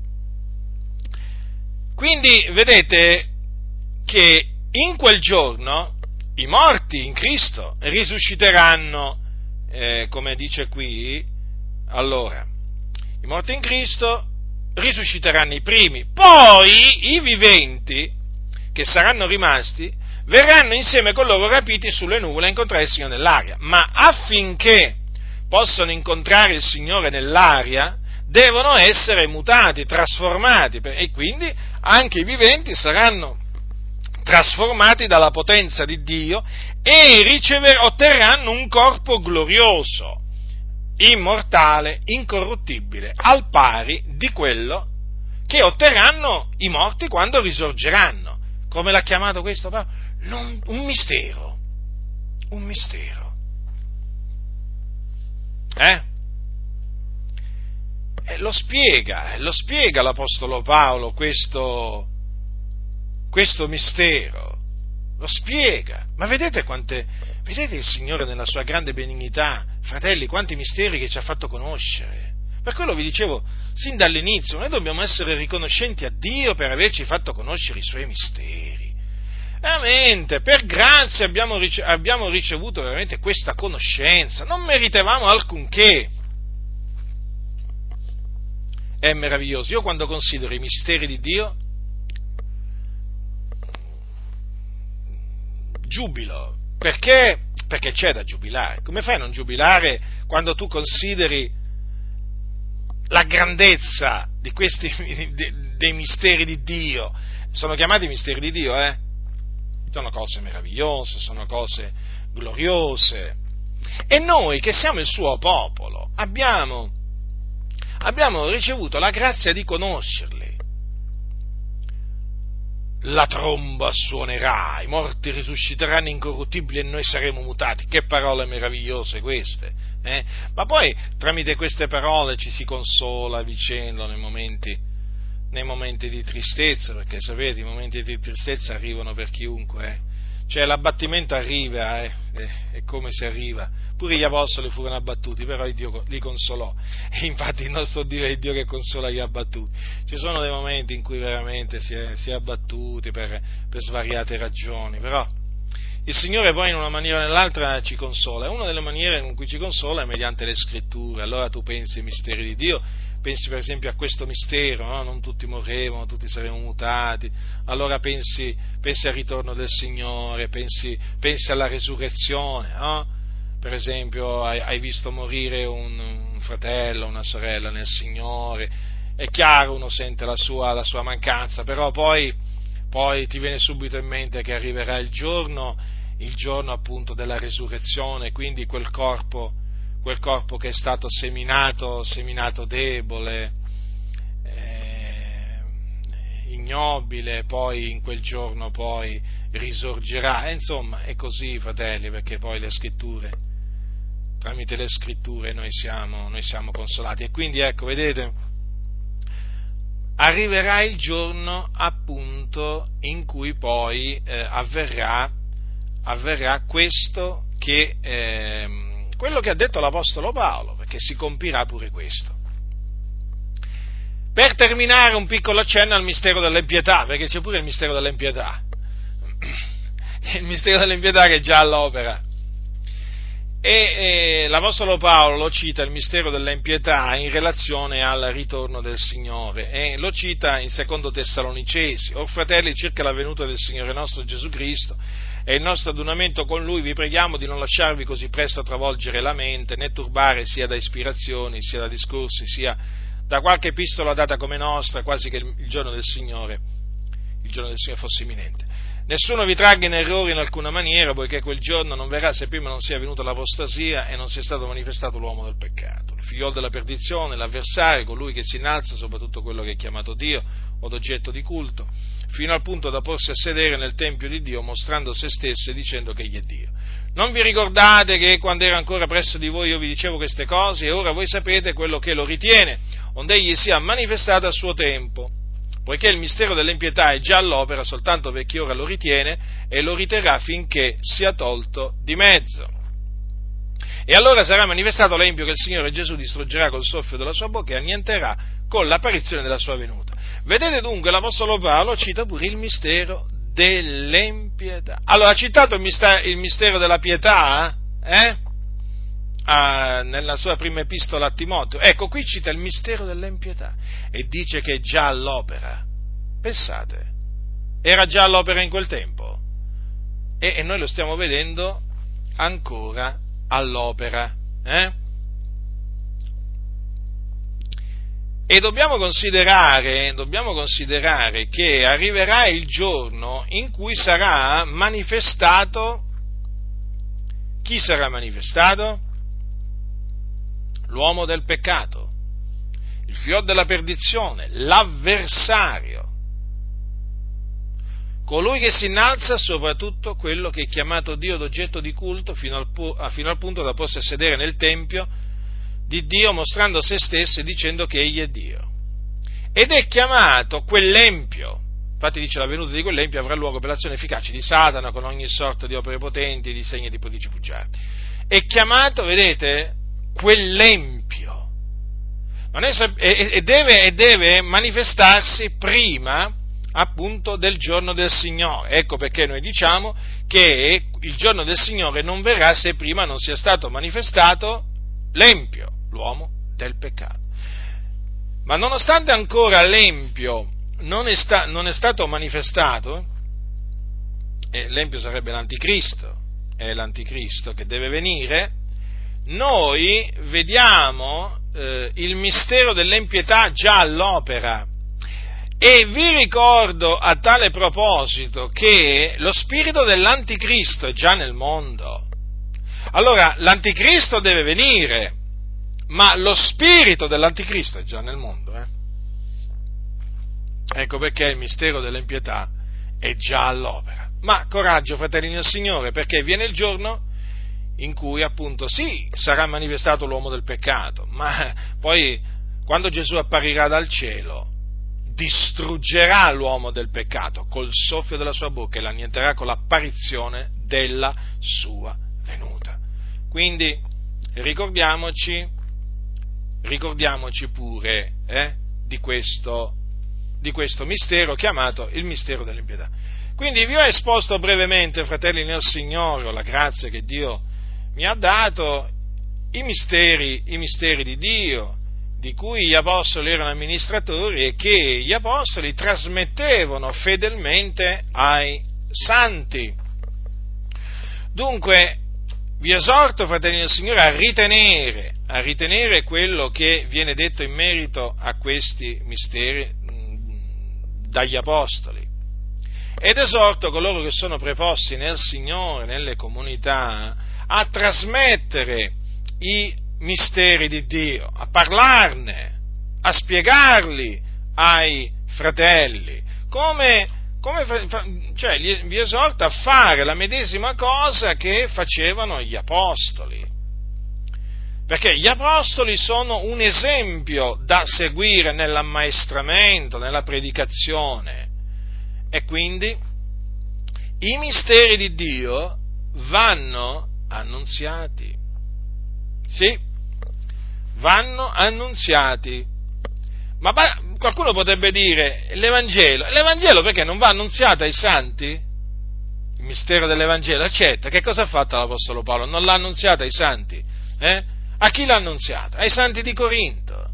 Quindi vedete che in quel giorno i morti in Cristo risusciteranno, eh, come dice qui, allora, i morti in Cristo risusciteranno i primi, poi i viventi che saranno rimasti verranno insieme con loro rapiti sulle nuvole a incontrare il Signore nell'aria, ma affinché possano incontrare il Signore nell'aria devono essere mutati, trasformati, e quindi anche i viventi saranno trasformati dalla potenza di Dio e ricever- otterranno un corpo glorioso, immortale, incorruttibile, al pari di quello che otterranno i morti quando risorgeranno. Come l'ha chiamato questo Paolo? Non, un mistero, un mistero. Eh? E lo spiega, lo spiega l'Apostolo Paolo questo, questo mistero, lo spiega. Ma vedete quante, vedete il Signore nella sua grande benignità, fratelli, quanti misteri che ci ha fatto conoscere. Per quello vi dicevo, sin dall'inizio, noi dobbiamo essere riconoscenti a Dio per averci fatto conoscere i Suoi misteri. Veramente, per grazia abbiamo, rice- abbiamo ricevuto veramente questa conoscenza, non meritavamo alcunché. È meraviglioso. Io quando considero i misteri di Dio, giubilo, perché? Perché c'è da giubilare. Come fai a non giubilare quando tu consideri la grandezza di questi, dei misteri di Dio? Sono chiamati misteri di Dio, eh? Sono cose meravigliose, sono cose gloriose. E noi che siamo il suo popolo abbiamo, abbiamo ricevuto la grazia di conoscerli. La tromba suonerà, i morti risusciteranno incorruttibili e noi saremo mutati. Che parole meravigliose queste! Eh? Ma poi tramite queste parole ci si consola a vicenda nei momenti nei momenti di tristezza, perché sapete, i momenti di tristezza arrivano per chiunque, eh. Cioè l'abbattimento arriva, eh, è come se arriva, pure gli apostoli furono abbattuti, però il Dio li consolò, e infatti il nostro Dio è il Dio che consola gli abbattuti. Ci sono dei momenti in cui veramente si è, si è abbattuti per, per svariate ragioni, però il Signore poi in una maniera o nell'altra ci consola, e una delle maniere in cui ci consola è mediante le Scritture. Allora tu pensi ai misteri di Dio, pensi per esempio a questo mistero, no? Non tutti morremo, tutti saremo mutati, allora pensi, pensi al ritorno del Signore, pensi, pensi alla resurrezione, no? Per esempio hai, hai visto morire un, un fratello, una sorella nel Signore, è chiaro, uno sente la sua, la sua mancanza, però poi, poi ti viene subito in mente che arriverà il giorno, il giorno appunto della resurrezione, quindi quel corpo, quel corpo che è stato seminato, seminato debole, eh, ignobile, poi in quel giorno poi risorgerà. E insomma, è così, fratelli, perché poi le scritture, tramite le scritture noi siamo, noi siamo consolati. E quindi ecco, vedete, arriverà il giorno appunto in cui poi eh, avverrà, avverrà questo che... Eh, quello che ha detto l'Apostolo Paolo, perché si compirà pure questo. Per terminare un piccolo accenno al mistero dell'impietà, perché c'è pure il mistero dell'impietà, il mistero dell'impietà che è già all'opera. E eh, l'Apostolo Paolo lo cita il mistero dell'empietà in relazione al ritorno del Signore, e lo cita in secondo Tessalonicesi: «O fratelli, circa la venuta del Signore nostro Gesù Cristo e il nostro adunamento con Lui, vi preghiamo di non lasciarvi così presto travolgere la mente, né turbare sia da ispirazioni, sia da discorsi, sia da qualche epistola data come nostra, quasi che il giorno del Signore, il giorno del Signore fosse imminente. Nessuno vi tragga in errore in alcuna maniera, poiché quel giorno non verrà se prima non sia venuta l'apostasia e non sia stato manifestato l'uomo del peccato, il figliolo della perdizione, l'avversario, colui che si innalza sopra tutto quello che è chiamato Dio o d'oggetto di culto, fino al punto da porsi a sedere nel Tempio di Dio, mostrando se stesso e dicendo che egli è Dio. Non vi ricordate che quando ero ancora presso di voi io vi dicevo queste cose, e ora voi sapete quello che lo ritiene, onde egli sia manifestato a suo tempo. Poiché il mistero dell'empietà è già all'opera, soltanto per chi ora lo ritiene, e lo riterrà finché sia tolto di mezzo. E allora sarà manifestato l'empio che il Signore Gesù distruggerà col soffio della sua bocca e annienterà con l'apparizione della sua venuta». Vedete dunque, l'Apostolo Paolo cita pure il mistero dell'empietà. Allora, ha citato il mistero, il mistero della pietà, eh? Ah, nella sua prima epistola a Timoteo. Ecco, qui cita il mistero dell'empietà e dice che è già all'opera. Pensate, era già all'opera in quel tempo e, e noi lo stiamo vedendo ancora all'opera, eh? E dobbiamo considerare, dobbiamo considerare che arriverà il giorno in cui sarà manifestato. Chi sarà manifestato? L'uomo del peccato, il figlio della perdizione, l'avversario, colui che si innalza sopra tutto quello che è chiamato Dio d'oggetto di culto, fino al, fino al punto da poter sedere nel Tempio di Dio, mostrando se stesso e dicendo che egli è Dio. Ed è chiamato quell'empio. Infatti dice: la venuta di quell'empio avrà luogo per l'azione efficace di Satana, con ogni sorta di opere potenti, di segni e di prodigi bugiardi. È chiamato, vedete, quell'empio. Ma noi, e, deve, e deve manifestarsi prima, appunto, del giorno del Signore. Ecco perché noi diciamo che il giorno del Signore non verrà se prima non sia stato manifestato l'empio, l'uomo del peccato. Ma nonostante ancora l'empio non è, sta, non è stato manifestato, e l'empio sarebbe l'anticristo, è l'anticristo che deve venire, noi vediamo eh, il mistero dell'empietà già all'opera. E vi ricordo a tale proposito che lo spirito dell'anticristo è già nel mondo. Allora, l'anticristo deve venire, ma lo spirito dell'anticristo è già nel mondo. Eh? Ecco perché il mistero dell'empietà è già all'opera. Ma coraggio, fratelli nel Signore, perché viene il giorno in cui, appunto, sì, sarà manifestato l'uomo del peccato, ma poi, quando Gesù apparirà dal cielo, distruggerà l'uomo del peccato col soffio della sua bocca e l'annienterà con l'apparizione della sua venuta. Quindi ricordiamoci, ricordiamoci pure eh, di questo, di questo mistero chiamato il mistero dell'impietà. Quindi vi ho esposto brevemente, fratelli nel Signore, la grazia che Dio mi ha dato, i misteri, i misteri di Dio, di cui gli apostoli erano amministratori e che gli apostoli trasmettevano fedelmente ai santi. Dunque, vi esorto, fratelli del Signore, a ritenere, a ritenere quello che viene detto in merito a questi misteri mh, dagli apostoli. Ed esorto coloro che sono preposti nel Signore, nelle comunità, a trasmettere i misteri di Dio, a parlarne, a spiegarli ai fratelli, come, come cioè, vi esorto a fare la medesima cosa che facevano gli apostoli, perché gli apostoli sono un esempio da seguire nell'ammaestramento, nella predicazione, e quindi i misteri di Dio vanno annunziati, sì, vanno annunziati. Ma qualcuno potrebbe dire, l'Evangelo, l'Evangelo perché non va annunziato ai santi? il mistero dell'Evangelo, certo, che cosa ha fatto l'Apostolo Paolo? Non l'ha annunziato ai santi? Eh? A chi l'ha annunziato? Ai santi di Corinto.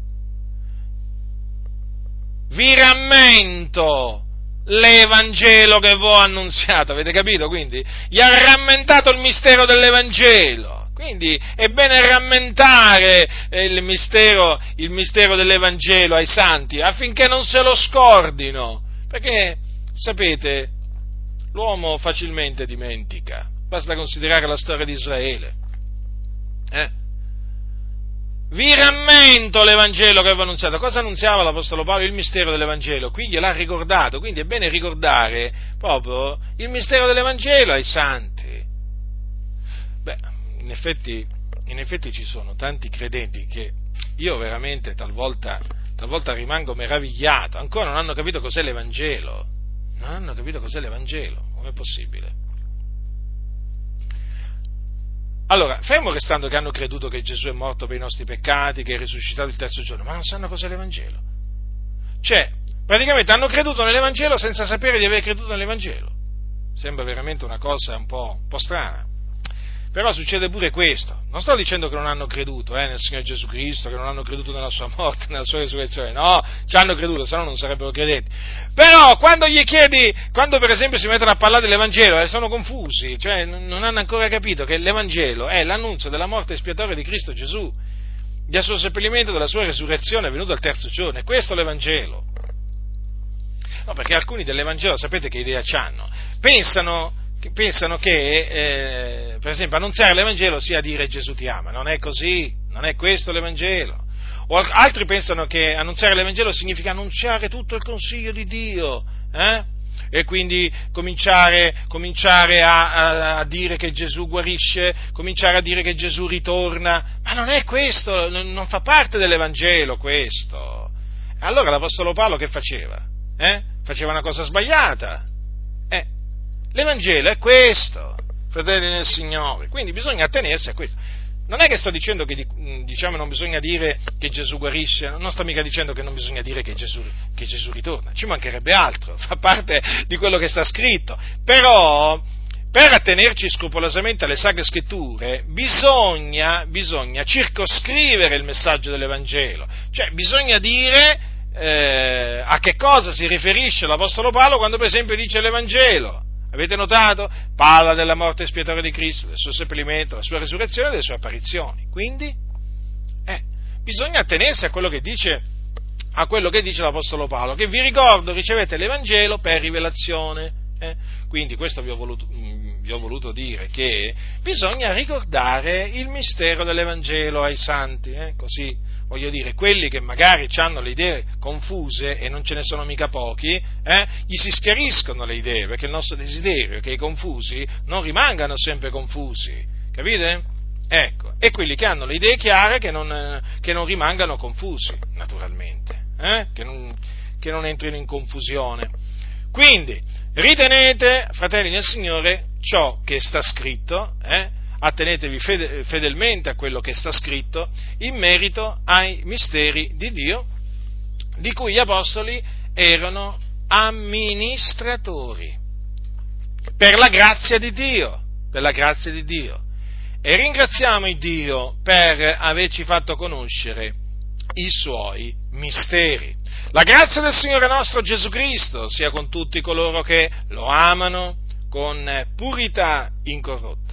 Vi rammento l'Evangelo che vi ho annunziato, avete capito? Quindi gli ha rammentato il mistero dell'Evangelo, quindi è bene rammentare il mistero, il mistero dell'Evangelo ai santi affinché non se lo scordino, perché sapete, l'uomo facilmente dimentica, basta considerare la storia di Israele. Eh? Vi rammento l'Evangelo che avevo annunziato. Cosa annunziava l'Apostolo Paolo? Il mistero dell'Evangelo. Qui gliel'ha ricordato, quindi è bene ricordare proprio il mistero dell'Evangelo ai santi. Beh, in effetti, in effetti ci sono tanti credenti che io veramente talvolta, talvolta rimango meravigliato, ancora non hanno capito cos'è l'Evangelo. Non hanno capito cos'è l'Evangelo. Com'è possibile? Allora, fermo restando che hanno creduto che Gesù è morto per i nostri peccati, che è risuscitato il terzo giorno, ma non sanno cos'è l'Evangelo. Cioè, praticamente hanno creduto nell'Evangelo senza sapere di aver creduto nell'Evangelo. Sembra veramente una cosa un po', un po' strana. Però succede pure questo. Non sto dicendo che non hanno creduto eh, nel Signore Gesù Cristo, che non hanno creduto nella sua morte, nella sua resurrezione. No, ci hanno creduto, se no non sarebbero credenti. Però quando gli chiedi, quando per esempio si mettono a parlare dell'Evangelo, eh, sono confusi, cioè non hanno ancora capito che l'Evangelo è l'annunzio della morte espiatoria di Cristo Gesù, del suo seppellimento, della sua resurrezione, venuto al terzo giorno. E questo è l'Evangelo. No, perché alcuni dell'Evangelo, sapete che idea c'hanno? Pensano... pensano che, eh, per esempio, annunziare l'Evangelo sia dire Gesù ti ama. Non è così, non è questo l'Evangelo. O altri pensano che annunziare l'Evangelo significa annunciare tutto il consiglio di Dio, eh? E quindi cominciare, cominciare a, a, a dire che Gesù guarisce, cominciare a dire che Gesù ritorna. Ma non è questo, non, non fa parte dell'Evangelo questo. Allora l'Apostolo Paolo che faceva? Eh? Faceva una cosa sbagliata. Eh? L'Evangelo è questo, fratelli nel Signore, quindi bisogna attenersi a questo. Non è che sto dicendo che diciamo non bisogna dire che Gesù guarisce, non sto mica dicendo che non bisogna dire che Gesù, che Gesù ritorna, ci mancherebbe altro, fa parte di quello che sta scritto, però per attenerci scrupolosamente alle Sacre Scritture bisogna, bisogna circoscrivere il messaggio dell'Evangelo, cioè bisogna dire eh, a che cosa si riferisce l'Apostolo Paolo quando per esempio dice l'Evangelo. Avete notato? Parla della morte espiatoria di Cristo, del suo seppellimento, della sua resurrezione e delle sue apparizioni. Quindi, eh, bisogna attenersi a quello che dice, a quello che dice l'Apostolo Paolo, che vi ricordo, ricevete l'Evangelo per rivelazione. Eh? Quindi questo vi ho, voluto, vi ho voluto dire, che bisogna ricordare il mistero dell'Evangelo ai santi, eh? Così, voglio dire, quelli che magari hanno le idee confuse, e non ce ne sono mica pochi, eh, gli si schiariscono le idee, perché il nostro desiderio è che i confusi non rimangano sempre confusi, capite? Ecco, e quelli che hanno le idee chiare che non, che non rimangano confusi, naturalmente, eh, che, non, che non entrino in confusione. Quindi, ritenete, fratelli nel Signore, ciò che sta scritto, eh, attenetevi fedelmente a quello che sta scritto in merito ai misteri di Dio, di cui gli apostoli erano amministratori, per la grazia di Dio, per la grazia di Dio. E ringraziamo il Dio per averci fatto conoscere i suoi misteri. La grazia del Signore nostro Gesù Cristo sia con tutti coloro che lo amano con purità incorrotta.